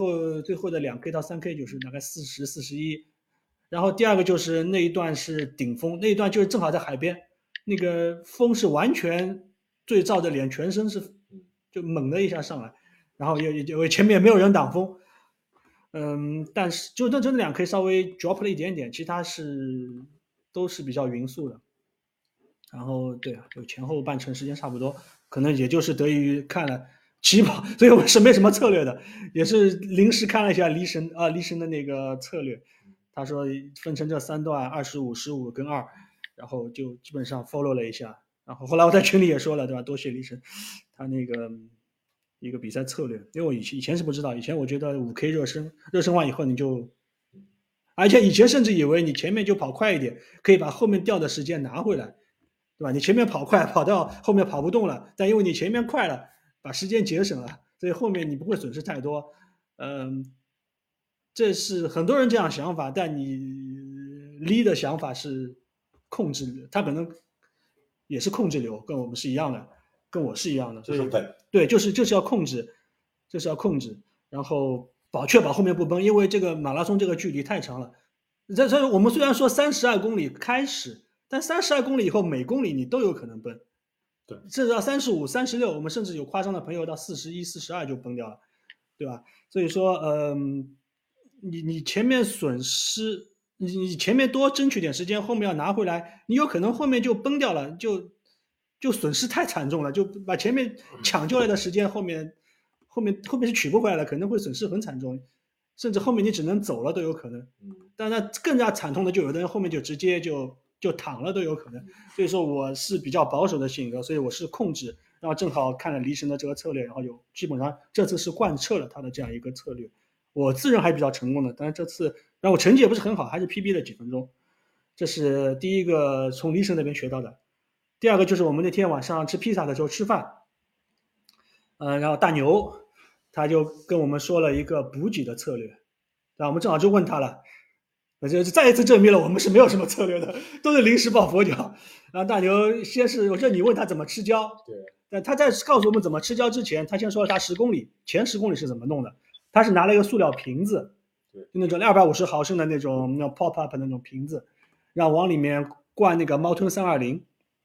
2K 到3K 就是大概40、41，然后第二个就是那一段是顶峰，那一段就是正好在海边，那个风是完全对照着脸，全身是就猛的一下上来，然后也前面没有人挡风，但是就那2K 稍微 drop 了一点点，其他都是比较匀速的。然后对啊，就前后半程时间差不多，可能也就是得益于看了起跑，所以我是没什么策略的，也是临时看了一下黎神的那个策略，他说分成这3段25、15跟2，然后就基本上 follow 了一下，然后后来我在群里也说了，对吧？多谢黎神，他那个一个比赛策略，因为我以前是不知道，以前我觉得5K 热身完以后你就，而且以前甚至以为你前面就跑快一点，可以把后面掉的时间拿回来，对吧？你前面跑快，跑到后面跑不动了，但因为你前面快了。把时间节省了，所以后面你不会损失太多。这是很多人这样想法，但你Lee的想法是控制，他可能也是控制流，跟我们是一样的，跟我是一样的。所以对，就是要控制，然后确保后面不崩，因为这个马拉松这个距离太长了。所以我们虽然说32公里开始，但32公里以后每公里你都有可能崩。 对， 甚至到35、36，我们甚至有夸张的朋友到41、42就崩掉了，对吧？所以说，你前面损失，你前面多争取点时间，后面要拿回来，你有可能后面就崩掉了，就损失太惨重了，就把前面抢救来的时间后面是取不回来了，可能会损失很惨重，甚至后面你只能走了都有可能。但那更加惨痛的，就有的人后面就直接就躺了都有可能，所以说我是比较保守的性格，所以我是控制，然后正好看了黎神的这个策略，然后基本上这次是贯彻了他的这样一个策略，我自认还比较成功的，但是这次让我成绩也不是很好，还是 PB 了几分钟，这是第一个从黎神那边学到的。第二个就是我们那天晚上吃披萨的时候吃饭，然后大牛他就跟我们说了一个补给的策略，然后我们正好就问他了。就再一次证明了我们是没有什么策略的，都是临时抱佛脚。然后大牛先是，我觉得你问他怎么吃胶， 对， 但他在告诉我们怎么吃胶之前，他先说了他10公里前10公里是怎么弄的。他是拿了一个塑料瓶子，就那种250毫升的那种pop up 的那种瓶子，然后往里面灌那个猫吞320，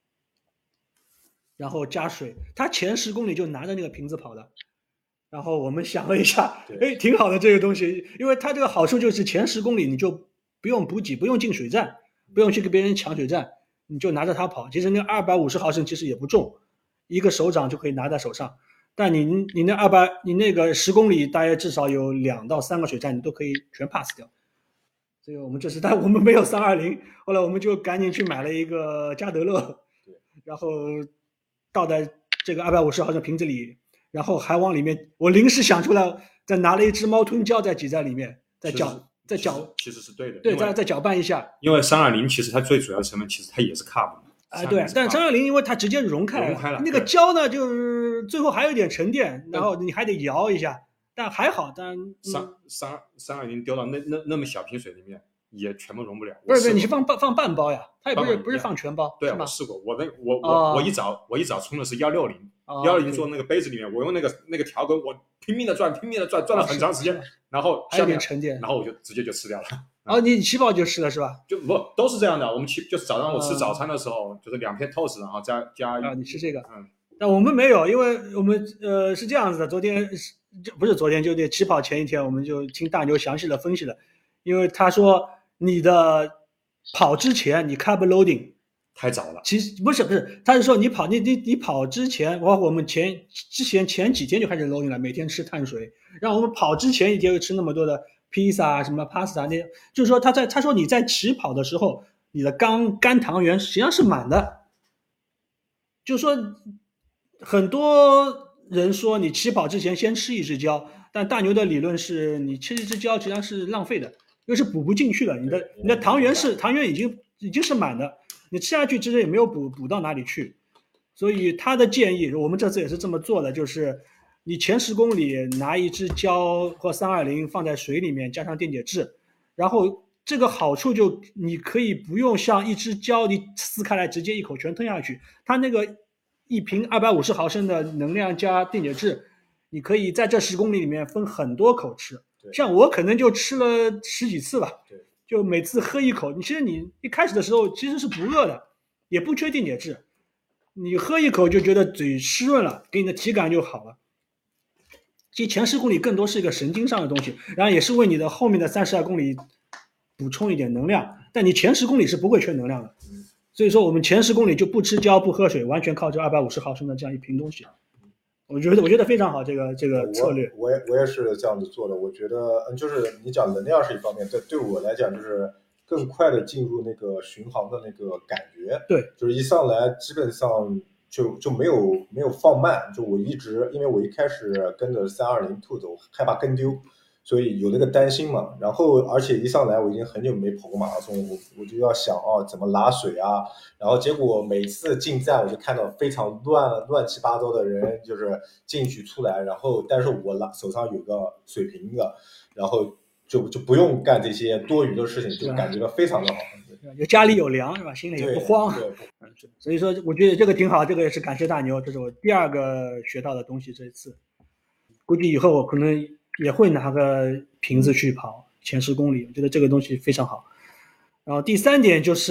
然后加水。他前10公里就拿着那个瓶子跑的。然后我们想了一下，挺好的这个东西，因为它这个好处就是前10公里你就不用补给，不用进水站，不用去跟别人抢水站，你就拿着它跑。其实那250毫升其实也不重，一个手掌就可以拿在手上。但你那10公里大约至少有2到3个水站，你都可以全 pass 掉。所以我们但我们没有320，后来我们就赶紧去买了一个加德乐，然后倒在这个250毫升瓶子里，然后还往里面，我临时想出来，再拿了一只猫吞胶再挤在里面，再搅。 其实是对的， 对，再搅拌一下。 因为320其实它最主要的成分其实它也是 carb。 对，但320因为它直接融开了，那个胶呢就是最后还有一点沉淀，然后你还得摇一下，但还好。但 320丢到那么小瓶水里面， 也全部融不了。 不是，你是放半包呀？它也不是放全包。 对，我试过，我一早冲的是160做那个杯子里面，我用那个条根，我拼命的转了很长时间，然后下面沉淀， 然后我就直接就吃掉了。 你起跑就吃了是吧？ 就不都是这样的。我们就是早上我吃早餐的时候，就是2片 toast， 然后加你吃这个。但我们没有，因为我们是这样子的，就得起跑前一天，我们就听大牛详细的分析了，因为他说你的跑之前你 carb loading 太早了。 其实不是，他是说你跑之前，包括我们前几天就开始 loading 了，每天吃碳水，然后我们跑之前一天又吃那么多的披萨什么 pasta 那，就是说他说你在起跑的时候，你的肝糖原实际上是满的，就是说很多人说你起跑之前先吃一只胶，但大牛的理论是你吃一只胶实际上是浪费的，因为是补不进去的，你的糖原已经是满的，你吃下去其实也没有补到哪里去，所以他的建议，我们这次也是这么做的，就是你前10公里拿一支胶或320放在水里面，加上电解质，然后这个好处就你可以不用像一支胶你撕开来直接一口全吞下去，它那个一瓶250毫升的能量加电解质，你可以在这10公里里面分很多口吃，像我可能就吃了10几次吧，就每次喝一口，其实你一开始的时候其实是不饿的，也不缺电解质，你喝一口就觉得嘴湿润了，给你的体感就好了。其实前10公里更多是一个神经上的东西，然后也是为你的后面的32公里补充一点能量，但你前10公里是不会缺能量的，所以说我们前10公里就不吃胶不喝水，完全靠这250毫升的这样一瓶东西。我觉得非常好，这个策略。 我也是这样子做的。我觉得就是你讲能量是一方面，对我来讲就是更快的进入那个巡航的那个感觉。 对， 就是一上来基本上就没有放慢，就我一直因为我一开始跟着320兔走，害怕跟丢，所以有那个担心嘛。然后而且一上来我已经很久没跑过马拉松，我就要想怎么拉水啊。然后结果每次进站我就看到非常乱七八糟的人，就是进去出来，然后但是我手上有个水瓶子，然后就不用干这些多余的事情，就感觉到非常的好。 有家里有粮是吧？心里也不慌。所以说我觉得这个挺好，这个也是感谢大牛，这是我第2个学到的东西。这一次估计以后我可能也会拿个瓶子去跑前10公里，我觉得这个东西非常好。然后第3点就是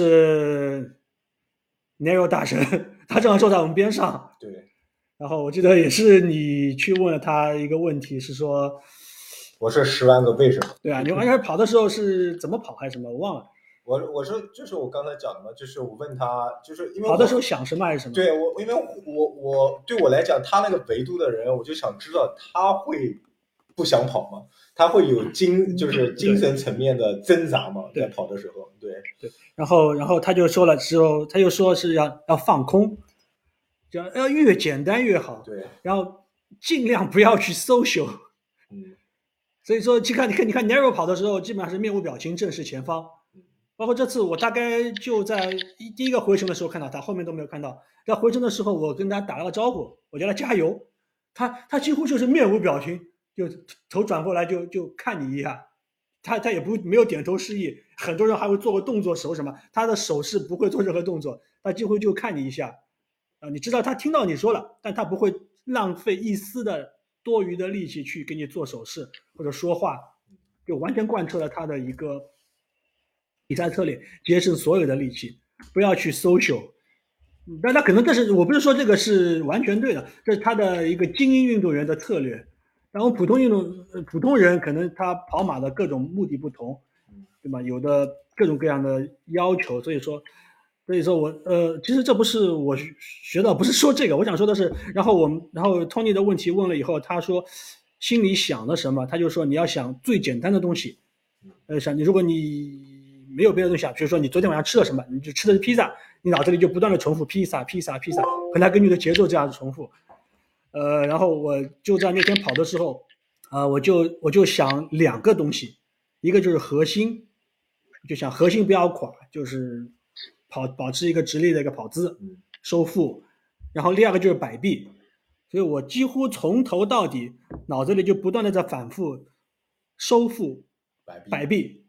Nero 大神，他正好坐在我们边上。 对。然后我记得也是你去问了他一个问题，是说我是10万个为什么。 对啊，你刚才跑的时候是怎么跑还是什么？我忘了。 我说就是我刚才讲的嘛，就是我问他，就是因为跑的时候想什么还是什么？ 对，因为我对我来讲，他那个维度的人，我就想知道他会不想跑吗？他会有就是精神层面的挣扎吗？在跑的时候，对。 然后他就说了之后，他就说是要放空，要越简单越好。 对。 然后尽量不要去 social。所以说，你看 Nero 跑的时候，基本上是面无表情，正视前方。包括这次我大概就在第一个回程的时候看到他，后面都没有看到。在回程的时候，我跟他打了个招呼，我叫他加油，他几乎就是面无表情，就头转过来就看你一下，他也没有点头示意。很多人还会做个动作手什么，他的手势不会做任何动作，他几乎就看你一下。你知道他听到你说了，但他不会浪费一丝的多余的力气去给你做手势或者说话，就完全贯彻了他的一个比赛策略，节省所有的力气，不要去 social。但他可能我不是说这个是完全对的，这是他的一个精英运动员的策略。然后普通人可能他跑马的各种目的不同，对吧？有的各种各样的要求，所以说我其实这不是我学到，不是说这个，我想说的是，然后 Tony 的问题问了以后，他说心里想的什么，他就说你要想最简单的东西，想你如果你没有别的东西想，比如说你昨天晚上吃了什么，你就吃的是披萨，你脑子里就不断的重复披萨，和它根据的节奏这样子重复。然后我就在那天跑的时候，我就想2个东西，一个就是核心，就想核心不要垮，就是保持一个直立的一个跑姿，收腹。然后第2个就是摆臂，所以我几乎从头到底脑子里就不断的在反复收腹、摆臂。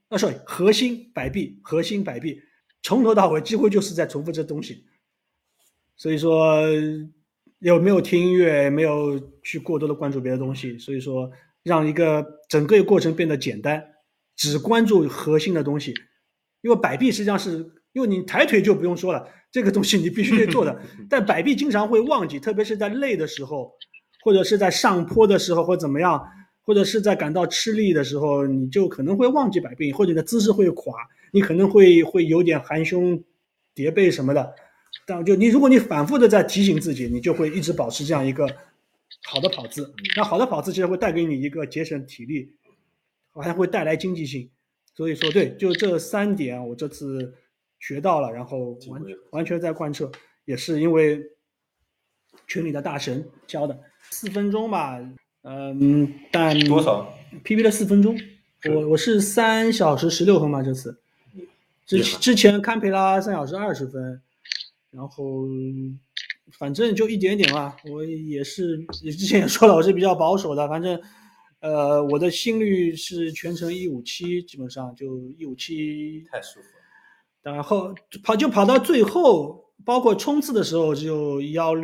核心摆臂，核心摆臂，从头到尾几乎就是在重复这东西。所以说有没有听音乐，没有去过多的关注别的东西，所以说让一个整个过程变得简单，只关注核心的东西。因为摆臂实际上是因为你抬腿就不用说了，这个东西你必须得做的，但摆臂经常会忘记，特别是在累的时候，或者是在上坡的时候，或怎么样，或者是在感到吃力的时候，你就可能会忘记摆臂，或者你的姿势会垮，你可能会有点含胸叠背什么的。但就如果你反复的在提醒自己，你就会一直保持这样一个好的跑姿。那好的跑姿其实会带给你一个节省体力，还会带来经济性。所以说对，就这3点我这次学到了，然后完全在贯彻，也是因为群里的大神教的。4分钟吧，但多少 ？PB 了4分钟，我是3小时16分嘛，这次。之前堪培拉3小时20分，然后反正就一点点吧。我也之前也说了，我是比较保守的，反正我的心率是全程157，基本上就157， 太舒服了。 然后跑到最后，包括冲刺的时候就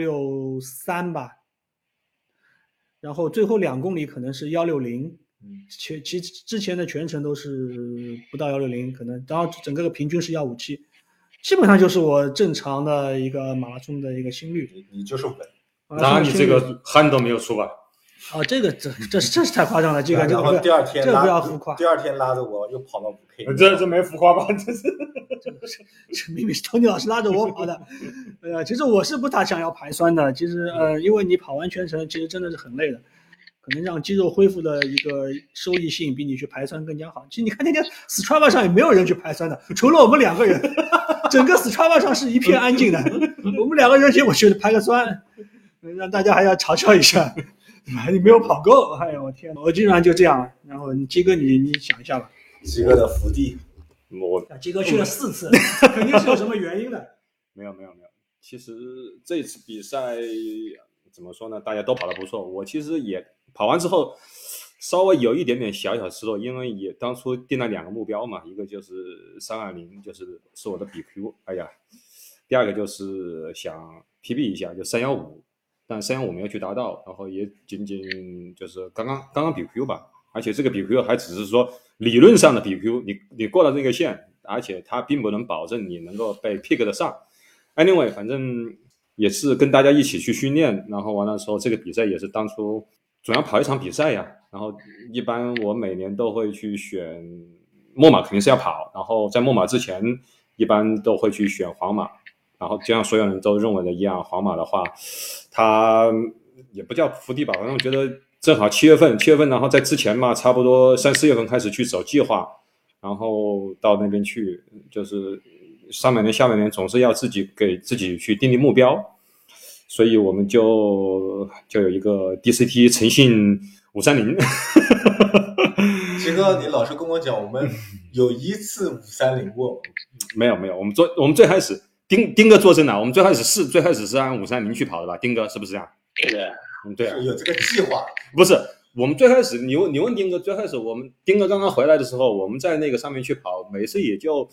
163吧，然后最后2公里可能是160。其之前的全程都是不到160，可能，然后整个平均是157，基本上就是我正常的一个马拉松的一个心率。 你就是稳， 那你这个汗都没有出吧？ 这是太夸张了，这个然后第二天这不要浮夸。 第二天拉着我又跑到5K， 这没浮夸吧？ 这明明是Tony老师拉着我跑的。其实我是不大想要排酸的，其实因为你跑完全程，其实真的是很累的。可能让肌肉恢复的一个收益性比你去排酸更加好。其实你看那天 Strava 上也没有人去排酸的，除了我们2个人，整个 Strava 上是一片安静的。我们2个人我去排个酸，让大家还要嘲笑一下，你没有跑够。哎呦我天，我基本上就这样了。然后鸡哥你想一下吧。 鸡哥的福地， 鸡哥去了4次，肯定是有什么原因的。 没有，其实这次比赛怎么说呢？大家都跑得不错，我其实也跑完之后稍微有一点点小失落，因为也当初定了2个目标嘛，一个就是320，是我的BQ，哎呀，第二个就是想 PB 一下，就315，但315没有去达到，然后也仅仅就是刚刚 BQ 吧，而且这个 BQ 还只是说理论上的 BQ， 你过了这个线，而且它并不能保证你能够被 pick 得上。Anyway， 反正也是跟大家一起去训练，然后完了之后，这个比赛也是当初总要跑一场比赛呀。然后一般我每年都会去选墨马，肯定是要跑，然后在墨马之前一般都会去选黄马。然后就像所有人都认为的一样，黄马的话，它也不叫福地吧，反正我觉得正好7月份，然后在之前嘛，差不多3、4月份开始去走计划，然后到那边去，就是上半年、下半年总是要给自己去定目标，所以我们就有一个 DCT 诚信530。 鸡哥，你老是跟我讲，我们有一次530过， 没有，我们最开始丁哥作证了，我们最开始是按530去跑的吧？丁哥是不是这样？对啊， 有这个计划。 不是，我们最开始你问丁哥，最开始我们丁哥刚刚回来的时候，我们在那个上面去跑，每次也就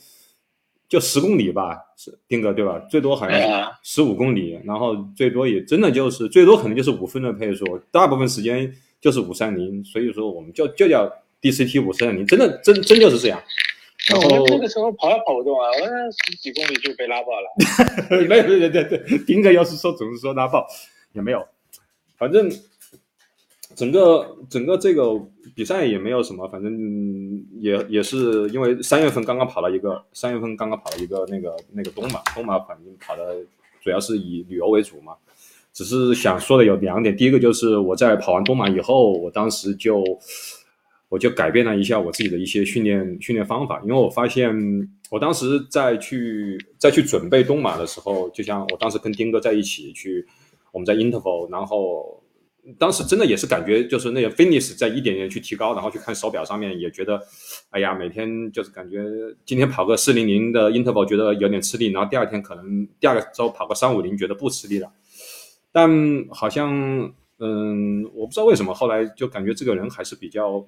10公里吧，是丁哥对吧？最多好像15公里，然后最多也真的就是最多可能就是5分的配速，大部分时间就是530，所以说我们就叫 DCT 530，真就是这样。然后我那个时候跑也跑不动啊，我那10几公里就被拉爆了。 没有，对，丁哥要是说总是说拉爆也没有，反正整个这个比赛也没有什么，反正也是因为3月份刚刚跑了一个那个东马反正跑的主要是以旅游为主嘛，只是想说的有2点，第一个就是我在跑完东马以后，我当时我就改变了一下我自己的一些训练方法，因为我发现我当时再去准备东马的时候，就像我当时跟丁哥在一起我们在 interval， 然后当时真的也是感觉就是那个 fitness 在一点点去提高，然后去看手表上面也觉得，哎呀，每天就是感觉今天跑个400的 interval 觉得有点吃力，然后第二个周跑个350觉得不吃力了，但好像我不知道为什么后来就感觉这个人还是比较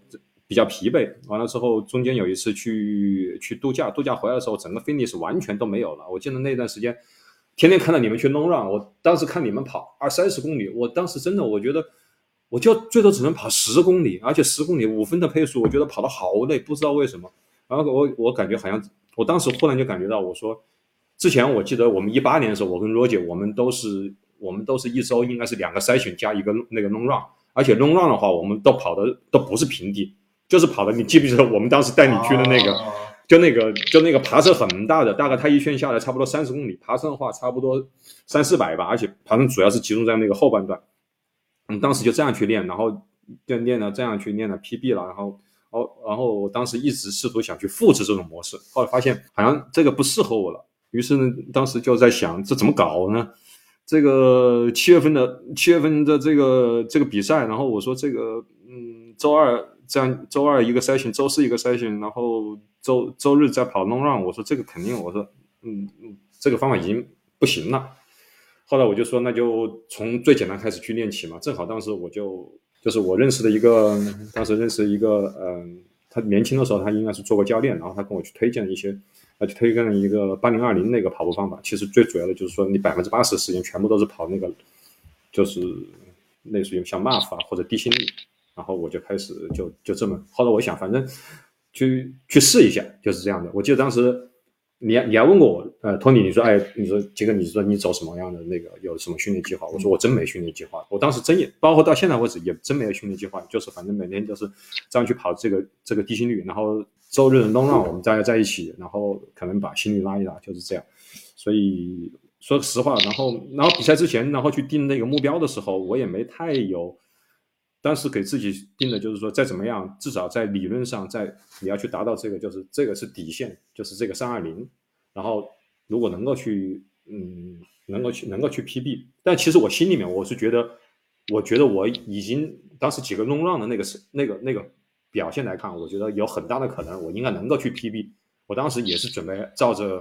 比较疲惫。完了之后，中间有一次去度假回来的时候，整个 fitness 完全都没有了。我记得那段时间，天天看到你们去 long run， 我当时看你们跑20-30公里，我当时真的我觉得我就最多只能跑10公里，而且10公里5分的配速，我觉得跑得好累，不知道为什么。然后我感觉好像，我当时忽然就感觉到，我说之前我记得我们18年的时候，我跟罗姐我们都是一周应该是2个session加一个那个 long run。而且 long run 的话，我们都跑的都不是平地，就是跑的。你记不记得我们当时带你去的那个，就那个爬升很大的，大概它一圈下来差不多30公里，爬升的话差不多300-400吧，而且爬升主要是集中在那个后半段。当时就这样去练，然后就练了这样去练了 PB 了，然后我当时一直试图想去复制这种模式，后来发现好像这个不适合我了，于是呢，当时就在想这怎么搞呢？这个7月份的这个比赛，然后我说这个周二一个 session， 周4一个 session， 然后周日再跑 long run， 我说这个肯定，我说这个方法已经不行了。后来我就说那就从最简单开始去练起嘛，正好当时我就是我认识的一个，当时认识一个他年轻的时候他应该是做过教练，然后他跟我去推荐一些。去推荐了一个8020那个跑步方法，其实最主要的就是说你80%的时间全部都是跑那个，就是类似于像 MAF 或者地心率，然后我就开始就这么，后来我想反正去试一下，就是这样的。我记得当时你还问过我，托尼，你说你说杰哥，你说你走什么样的那个有什么训练计划？我说我真没训练计划，我当时真也包括到现在为止也真没有训练计划，就是反正每天就是这样去跑这个地心率，然后周日的 long run 我们大家在一起，然后可能把心率拉一拉，就是这样。所以说实话，然后比赛之前，然后去定那个目标的时候，我也没太有。当时给自己定的就是说，再怎么样，至少在理论上，你要去达到这个，就是这个是底线，就是这个320。然后如果能够去能够去 PB， 但其实我心里面我是觉得我已经当时几个 long run 的那个表现来看，我觉得有很大的可能我应该能够去 PB。我当时也是准备照着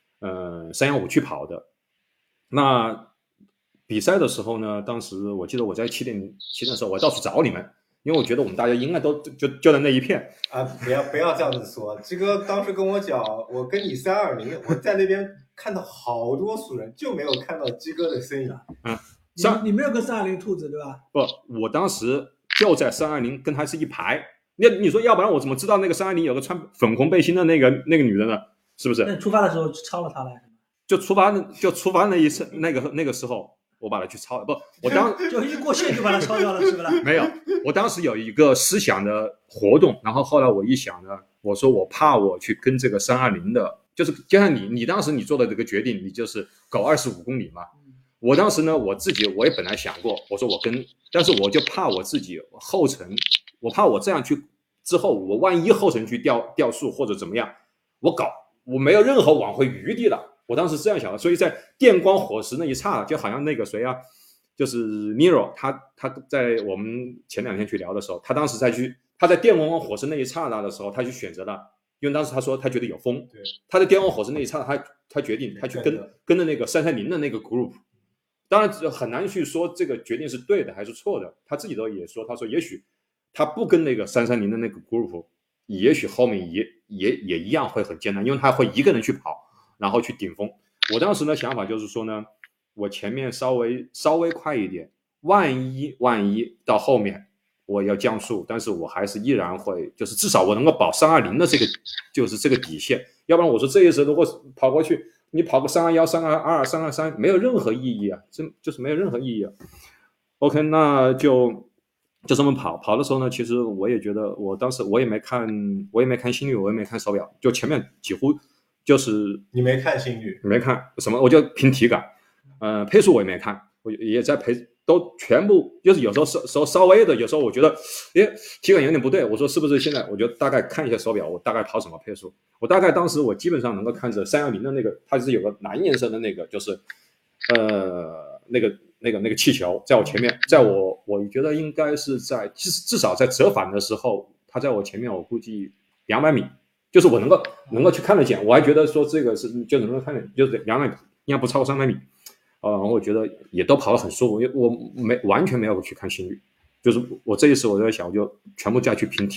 315去跑的。那比赛的时候呢，当时我记得我在7点的时候，我到处找你们，因为我觉得我们大家应该都就在那一片啊！不要这样子说，这个当时跟我讲，我跟你320，我在那边看到好多素人，就没有看到鸡哥的身影。 你没有跟320兔子对吧？ 不，我当时就在320跟他是一排。你说要不然我怎么知道那个320有个穿粉红背心的那个女的呢？是不是？ 那出发的时候超了他来。 就出发那一次那个时候。我把它去抄，不，我就一过线就把它抄掉了，是不是？ 没有，我当时有一个思想的活动，然后后来我一想呢，我说我怕我去跟这个320的，就是就像你当时你做的这个决定，你就是搞25公里嘛。我当时呢，我自己我也本来想过，我说但是我就怕我自己后程，我怕我这样去之后，我万一后程去掉速或者怎么样，我没有任何挽回余地了。我当时是这样想的，所以在电光火石那一刹，就好像那个谁啊，就是 Nero， 他在我们前2天去聊的时候，他当时他在电光火石那一刹那的时候，他就选择了，因为当时他说他觉得有风， 对， 他在电光火石那一刹那，他决定他去跟着那个330的那个 group， 当然很难去说这个决定是对的还是错的，他自己都也说，他说也许他不跟那个330的那个 group， 也许后面也一样会很艰难，因为他会一个人去跑。然后去顶峰。我当时的想法就是说呢，我前面稍微快一点，万一到后面我要降速，但是我还是依然会，就是至少我能够保320的这个就是这个底线。要不然我说这一次如果跑过去，你跑个321、322、323，没有任何意义啊，就是没有任何意义啊。OK， 那就这么跑的时候呢，其实我也觉得，我当时我也没看心率，我也没看手表，就前面几乎。就是你没看心率， 没看什么，我就凭体感，配速我也没看，我也在都全部就是有时候稍微的，有时候我觉得，体感有点不对，我说是不是现在，我就大概看一下手表，我大概跑什么配速，我大概当时我基本上能够看着310的那个，它是有个蓝颜色的那个，就是那个气球在我前面，在我觉得应该是至少在折返的时候，它在我前面，我估计200米。就是我能够去看得见，我还觉得说这个是就能够看见，就是200米应该不超过300米，然后我觉得也都跑得很舒服，因为我完全没有去看心率，就是我这一次我在想，我就全部再去凭体感，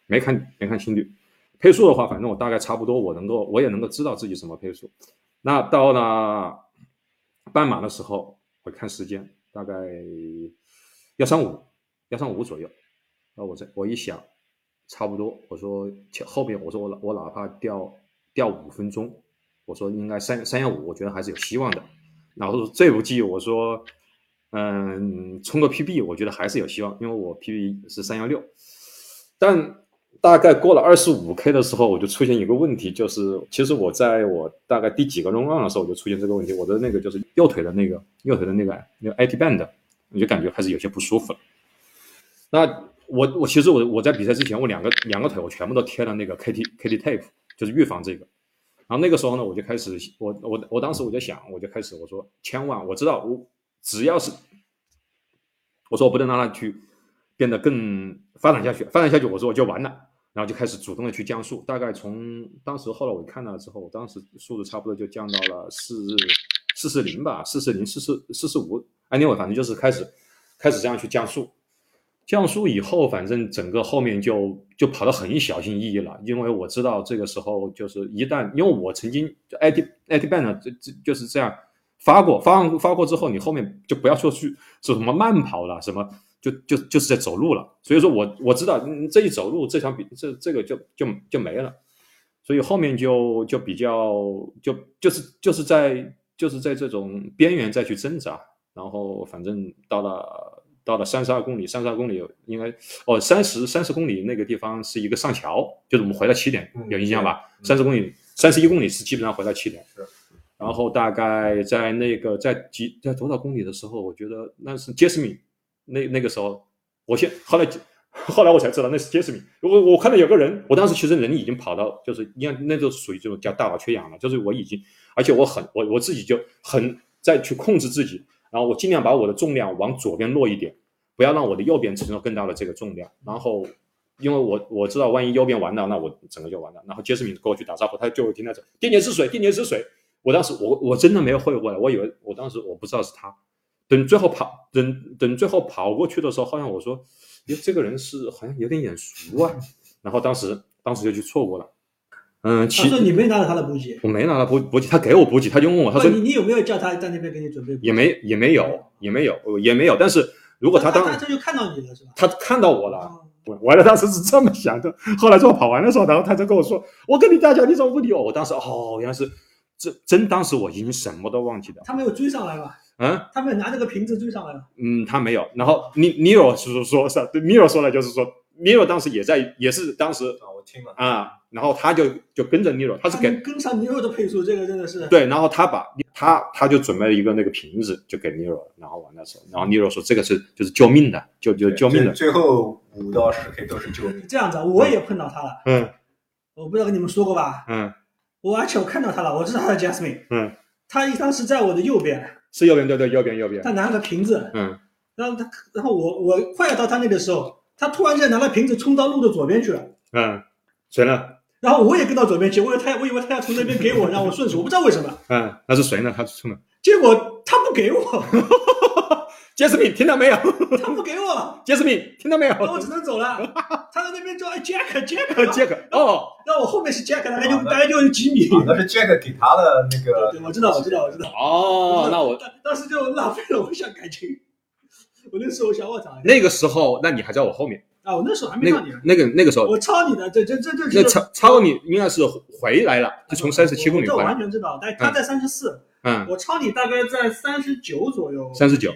没看心率。配速的话，反正我大概差不多，我也能够知道自己什么配速。那到了半马的时候，我看时间大概135左右。那我一想，差不多，我说后边我说我哪怕掉5分钟，我说应该315，我觉得还是有希望的。然后这部季我说，冲个 PB， 我觉得还是有希望，因为我 PB 是316，但大概过了25K 的时候，我就出现一个问题，就是其实我在我大概第几个 run 的时候，我就出现这个问题，我的那个就是右腿的那个 IT band， 我就感觉开始有些不舒服了。那我其实我在比赛之前，我两个腿我全部都贴了那个 KT tape， 就是预防这个。然后那个时候呢，我就开始我当时我就想，我就开始我说千万，我知道我只要是我说我不能让它去变得更发展下去，我说我就完了。然后就开始主动的去降速，大概从当时后来我看了之后，我当时速度差不多就降到了440吧，445，反正就是开始这样去降速。降速以后，反正整个后面就跑得很小心翼翼了，因为我知道这个时候就是一旦，因为我曾经就 IT band 就是这样发过之后，你后面就不要说去什么慢跑了什么。就是在走路了，所以说我知道这一走路这场这个就没了，所以后面就比较就是在这种边缘再去挣扎，然后反正到了32公里应该30公里那个地方是一个上桥，就是我们回到起点，有印象吧？31公里是基本上回到起点，然后大概在那个在多少公里的时候，我觉得那是杰斯敏。那个时候，后来我才知道那是杰斯敏。我看到有个人，我当时其实人已经跑到，就是那就属于这种叫大脑缺氧了，就是我已经，而且我自己就很在去控制自己，然后我尽量把我的重量往左边落一点，不要让我的右边承受更大的这个重量。然后，因为我知道万一右边完了，那我整个就完了。然后杰斯敏跟我去打招呼，他就听到这电解质水。我当时我真的没有会过来，我以为我当时我不知道是他。等最后跑过去的时候，好像我说，这个人是好像有点眼熟啊。然后当时就去错过了。 他说你没拿到他的补给， 我没拿到补给，他给我补给，他就问我，他说你有没有叫他在那边给你准备补给？ 也没有。但是如果他就看到你了是吧？ 他看到我了。我当时是这么想的。后来我跑完的时候，然后他就跟我说，我跟你大讲，你怎么不理我？我当时原来是当时我已经什么都忘记了。 他没有追上来吧？他们拿那个瓶子追上来了。 他没有。然后Niro 说了，就是说 Niro 当时也是当时我听了然后他就跟着 Niro， 他是跟上 Niro 的配速，这个真的是对。然后他就准备了一个那个瓶子，就给 Niro， 然后完的时候，然后 Niro 说这个就是救命的，就救命的。 最后5到10K 都是救命。 这样子，我也碰到他了。我不知道跟你们说过吧？而且我看到他了，我知道他是 Jasmine。他当时在我的右边。 是右边，对，右边。 他拿了个瓶子，然后我快要到他那个时候，他突然间拿了瓶子冲到路的左边去了。 谁呢？ 然后我也跟到左边去，我以为他要从那边给我，让我顺手，我不知道为什么。 那是谁呢？他冲了。 结果他不给我。 杰斯敏听到没有？ 他不给我。 杰斯敏听到没有？ 那我只能走了。他在那边叫 Jack。 那我后面是 Jack， 大概就有几米。 那是 Jack 给他的那个。 对，我知道。 那我当时就浪费了我一下感情。我那时候想我操。 那个时候，那你还在我后面。 我那时候还没到你。 那个时候我超你的，这那超过你应该是回来了，就从37公里这我完全知道，但他在34。我超你大概在39左右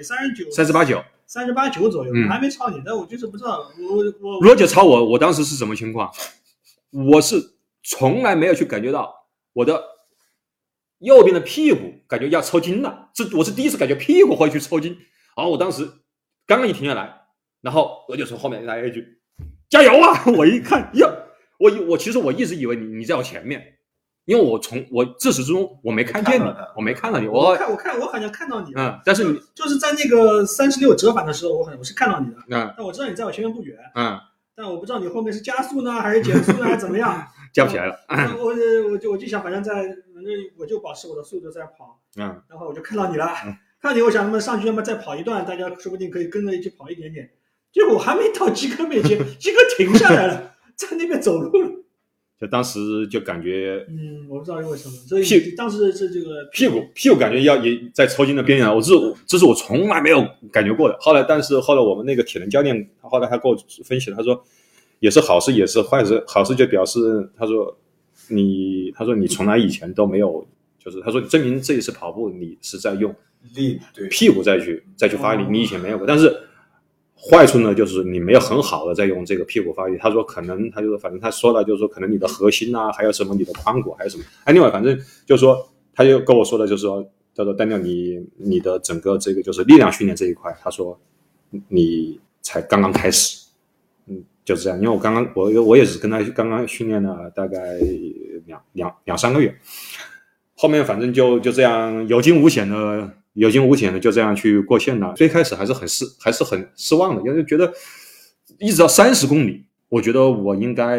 ，38、9左右，我还没超你，但我就是不知道。 Roger 超我当时是什么情况？我是从来没有去感觉到我的右边的屁股感觉要抽筋了，我是第一次感觉屁股会去抽筋。然后我当时刚刚一停下来，然后我就从后面来一句加油啊！我一看呀，我其实我一直以为你在我前面。因为我自始至终我没看见你，我没看到你， 我好像看到你了， 但是你就是在那个36折返的时候，我是看到你的，但我知道你在我前面不远，但我不知道你后面是加速呢还是减速呢还是怎么样， 加不起来了。 我就想反正我就保持我的速度在跑，然后我就看到你了，看到你我想上去要么再跑一段，大家说不定可以跟着一起跑一点点，结果我还没到基哥面前，基哥停下来了。 在那边走路了。 就当时就感觉， 我不知道为什么，所以当时是这个屁股感觉也在抽筋的边缘，这是我从来没有感觉过的。但是后来我们那个体能教练，后来他给我分析了，他说也是好事也是坏事，好事就表示他说你从来以前都没有，就是他说证明这一次跑步你是在用屁股再去发力，你以前没有过，但是。坏处呢，就是你没有很好的在用这个屁股发力。他说可能，他就是反正他说了，就是说可能你的核心啊，还有什么你的髋骨，还有什么。另外反正就是说，他就跟我说的，就是说叫做丹尼尔，你的整个这个就是力量训练这一块，他说你才刚刚开始，就是这样。因为我也是跟他刚刚训练了大概两三个月，后面反正就这样有惊无险的就这样去过线了。最开始还是很失望的，因为觉得一直到30公里，我觉得我应该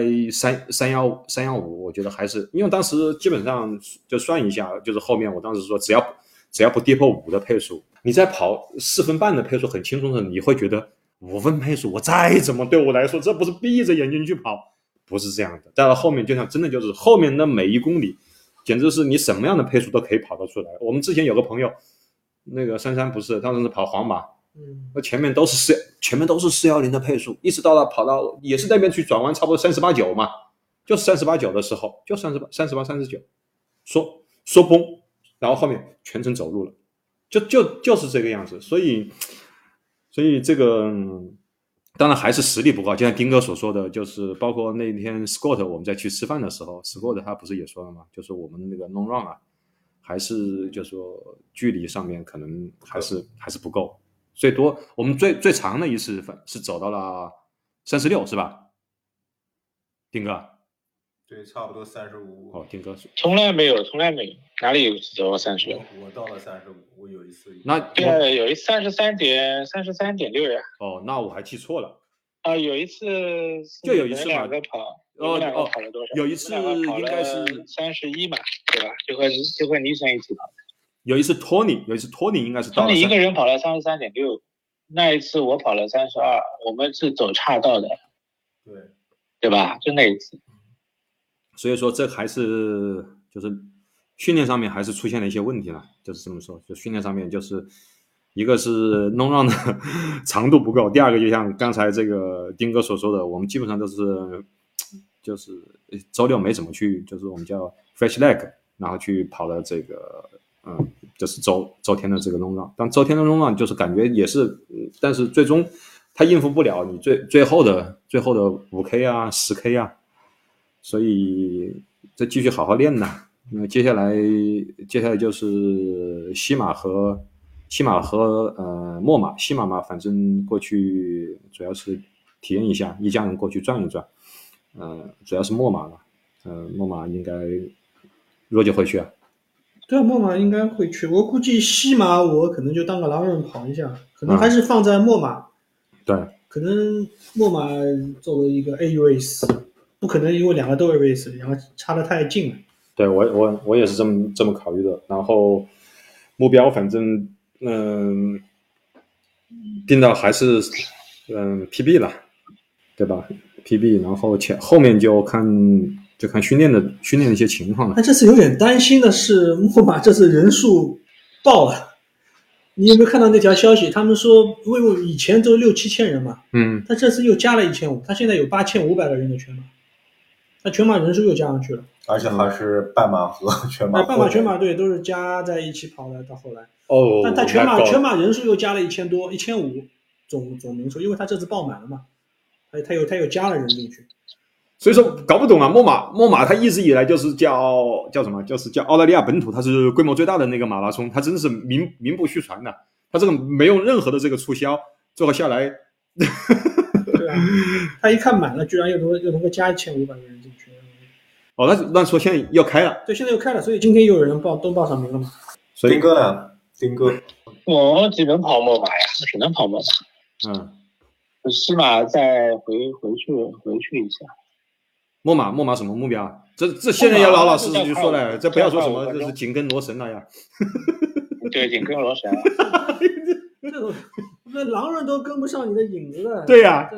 315，我觉得还是因为当时基本上就算一下，就是后面我当时说只要不跌破5的配速，你在跑4分半的配速很轻松的，你会觉得5分配速我再怎么对我来说，这不是闭着眼睛去跑，不是这样的。到了后面就像真的就是后面的每一公里，简直是你什么样的配速都可以跑得出来。我们之前有个朋友。那个珊不是，当时是跑黄马，那前面都是410的配速，一直到跑到也是那边去转弯，差不多38.9嘛，就是38.9的时候，就38、39，说崩，然后后面全程走路了，就是这个样子，所以这个当然还是实力不够，就像丁哥所说的，就是包括那天 Scott 我们在去吃饭的时候 ，Scott 他不是也说了吗？就是我们那个 long run 啊。还是就是说距离上面可能还是不够，最多我们最长的一次是走到了36是吧？丁哥？ 对，差不多35。 哦，丁哥从来没有，哪里有走到35？ 我到了35，我有一次。 那对，有一次33.6呀。 哦，那我还记错了。 有一次就有一次嘛， 两个跑。跑了多少？ 有一次应该是 31嘛，对吧？就和尼森一起跑的。 有一次托尼应该是到了。 托尼一个人跑了33.6，那一次我跑了32，我们是走岔道的。对吧？就那一次。 所以说这还是就是训练上面还是出现了一些问题了，就是这么说，就训练上面就是一个是弄让的长度不够，第二个就像刚才这个丁哥所说的，我们基本上都是就是周六没怎么去，就是我们叫 fresh leg， 然后去跑了这个就是周天的这个弄让，但周天的弄让就是感觉也是，但是最终他应付不了你最后的 5K 啊 10K 啊，所以这继续好好练呢。因为接下来就是西马和墨马，西马嘛，反正过去主要是体验一下，一家人过去转一转。主要是墨马了，墨马应该若就会去啊。 对啊，墨马应该会去。我估计西马我可能就当个狼人跑一下，可能还是放在墨马。 对， 可能墨马作为一个 A race， 不可能因为两个都是 race， 两个差得太近了。对， 我也是这么考虑的。然后目标反正定到还是PB 了，对吧 ？PB， 然后后面就看训练的一些情况了。 但这次有点担心的是，墨马这次人数爆了。你有没有看到那条消息？他们说，因为以前都6-7千人嘛，他这次又加了1500，他现在有8500个人的全马，他全马人数又加上去了， 而且还是半马和全马。 半马全马对都是加在一起跑的，到后来。 哦， 但他全马人数又加了1000多，1500总人数，因为他这次爆满了嘛，他又加了人进去。 所以说搞不懂啊，墨马它一直以来就是叫什么，就是叫澳大利亚本土，它是规模最大的那个马拉松，它真的是名不虚传的，它这个没有任何的这个促销，最后下来， 对啊，他一看满了，居然又能够加1500个人进去。 哦，那说现在要开了， 对，现在又开了，所以今天又有人都报上名了嘛。 所以丁哥呢？丁哥， 我只能跑墨马呀，只能跑墨马。西马再回去一下。 墨马什么目标？这现在要老老实实就说了，这不要说什么这是紧跟罗神了呀。 对，紧跟罗神。 这狼人都跟不上你的影子的。 对呀，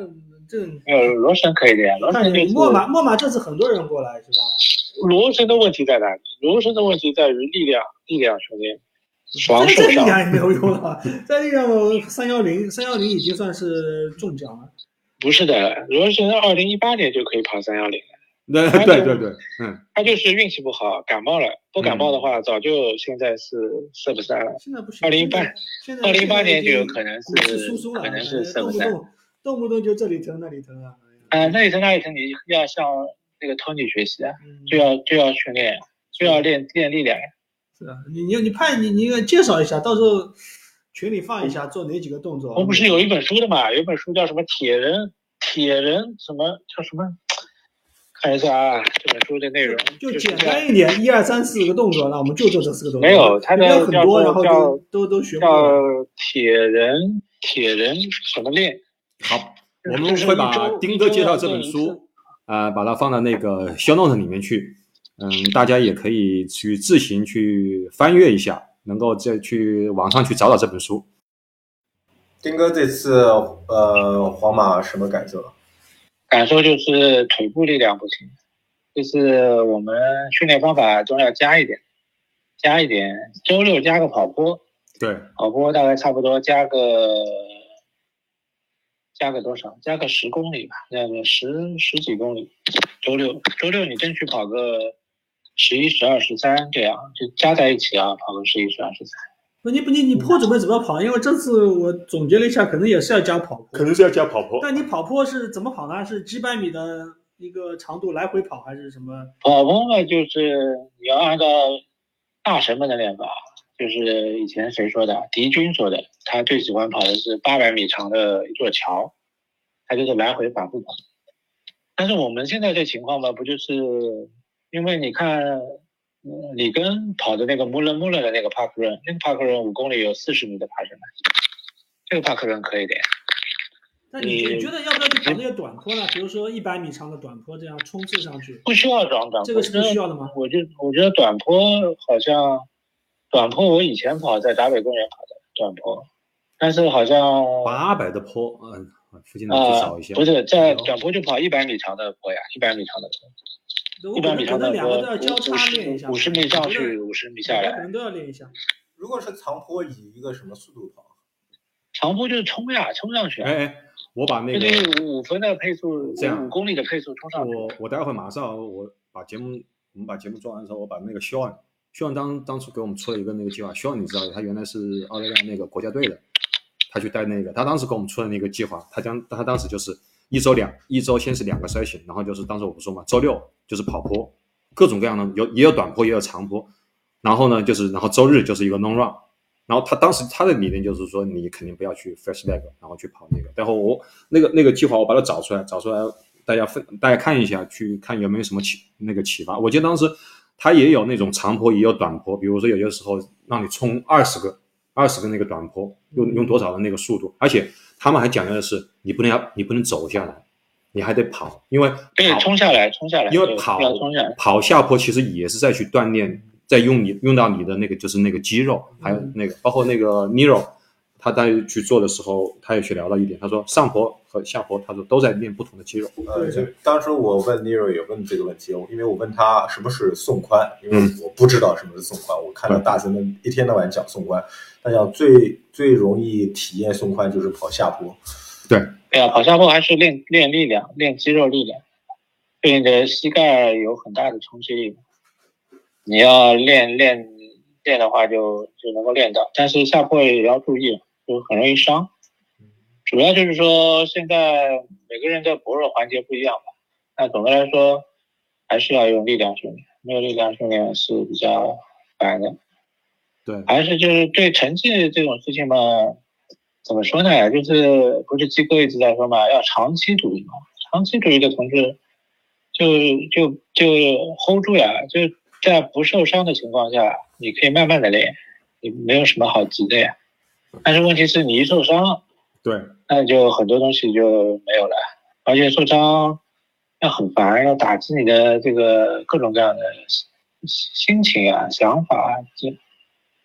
没有罗神可以的呀，罗神就是莫马这次很多人过来是吧？ 罗神的问题在哪里？罗神的问题在于力量训练。 在受伤力量也没有用了，在力量310已经算是中奖了。 不是的，罗神2018年就可以跑310了。 对， 他就是运气不好，感冒了。不感冒的话，早就现在是4不3了。 现在不行。 2018年就有可能是4不3， 动不动就这里疼那里疼啊。 那里疼，你要向那个 Tony 学习啊，就要训练，就要练力量。 是啊，你介绍一下，到时候群里放一下，做哪几个动作。 我不是有一本书的嘛，有一本书叫什么铁人什么叫什么？看一下啊，这本书的内容就简单一点，1、2、3、4个动作，那我们就做这4个动作。 没有，它的很多，然后都学过。 叫铁人什么练？ 好，我们会把丁哥介绍这本书把它放到那个 show note 里面去。大家也可以去自行去翻阅一下，能够再去网上去找这本书。 丁哥这次皇马什么感受？ 感受就是腿部力量不行，就是我们训练方法中要加一点。周六加个跑坡， 对， 跑坡大概差不多加个多少？加个10公里吧，那个十几公里。周六你争取跑个11、12、13这样，就加在一起啊，跑个11、12、13。 你坡准备怎么跑？因为这次我总结了一下，可能也是要加跑坡。 可能是要加跑坡。 但你跑坡是怎么跑呢？是几百米的一个长度来回跑，还是什么？ 跑坡嘛，就是你要按照大神们的练法，就是以前谁说的？敌军说的，他最喜欢跑的是800米长的一座桥，他就是来回反复跑。但是我们现在这情况吧，不就是因为你看。里根跑的那个穆勒的那个帕克人，那个帕克人5公里有40米的爬升，这个帕克人可以的。 那你觉得要不要去跑那些短坡呢？比如说100米长的短坡，这样冲刺上去？ 不需要短坡， 这个是不需要的吗？ 我觉得短坡我以前跑在达北公园跑的短坡，但是好像 800的坡，附近的就少一些。 不是在短坡就跑100米长的坡呀，100米长的坡。100米长的两个都要交叉练一下 ，50米上去，50米下来， 可能都要练一下。 如果是长坡，以一个什么速度跑？ 长坡就是冲呀，冲上去。 我把那个 5分的配速，这样5公里的配速冲上去。 我待会马上我们把节目做完之后，我把那个肖恩当初给我们出了一个那个计划。肖恩你知道，他原来是澳大利亚那个国家队的，他去带那个，他当时给我们出了那个计划，他当时就是一周先是2个筛选，然后就是当时我不说嘛，周六就是跑坡，各种各样的也有短坡也有长坡，然后呢然后周日就是一个 long run， 然后他当时他的理念就是说你肯定不要去 first leg， 然后去跑那个，然后我那个计划我把它找出来大家看一下，去看有没有什么启发。我记得当时他也有那种长坡也有短坡，比如说有些时候让你冲20个那个短坡，用多少的那个速度，而且他们还讲究的是你不能走下来，你还得跑，因为对冲下来， 因为跑下坡其实也是在去锻炼，在用到你的那个就是那个肌肉，还有那个包括那个 Nero， 他在去做的时候，他也去聊到一点，他说上坡和下坡，他说都在练不同的肌肉。 就当时我问 Nero 也问这个问题，因为我问他什么是送髋，因为我不知道什么是送髋，我看到大神们一天到晚讲送髋，他讲最容易体验送髋就是跑下坡。 对呀，跑下坡还是练力量，练肌肉力量，对你的膝盖有很大的冲击力。你要练的话就能够练到，但是下坡也要注意，就很容易伤。主要就是说现在每个人的薄弱环节不一样吧，那总的来说还是要用力量训练，没有力量训练是比较烦的。 对， 还是就是对成绩这种事情嘛，怎么说呢？就是不是机构一直在说嘛，要长期主义嘛。长期主义的同志就 hold 住呀，就在不受伤的情况下，你可以慢慢的练，你没有什么好急的呀。但是问题是你一受伤， 对， 那就很多东西就没有了，而且受伤要很烦，要打击你的这个各种各样的心情啊、想法啊。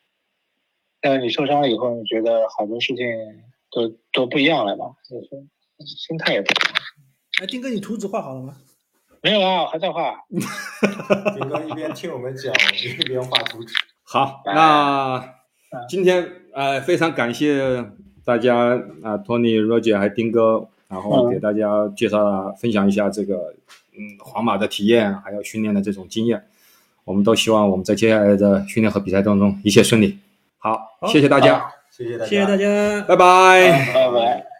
但你受伤了以后，你觉得好多事情都不一样了嘛？就是心态也不好。 哎，丁哥，你图纸画好了吗？ 没有啊，我还在画。 丁哥一边听我们讲，一边画图纸。 好，那今天非常感谢大家Tony、Roger 还有丁哥，然后给大家介绍分享一下这个皇马的体验，还有训练的这种经验。我们都希望我们在接下来的训练和比赛当中一切顺利。好，谢谢大家， 谢谢大家， 谢谢大家， 拜拜。 拜拜。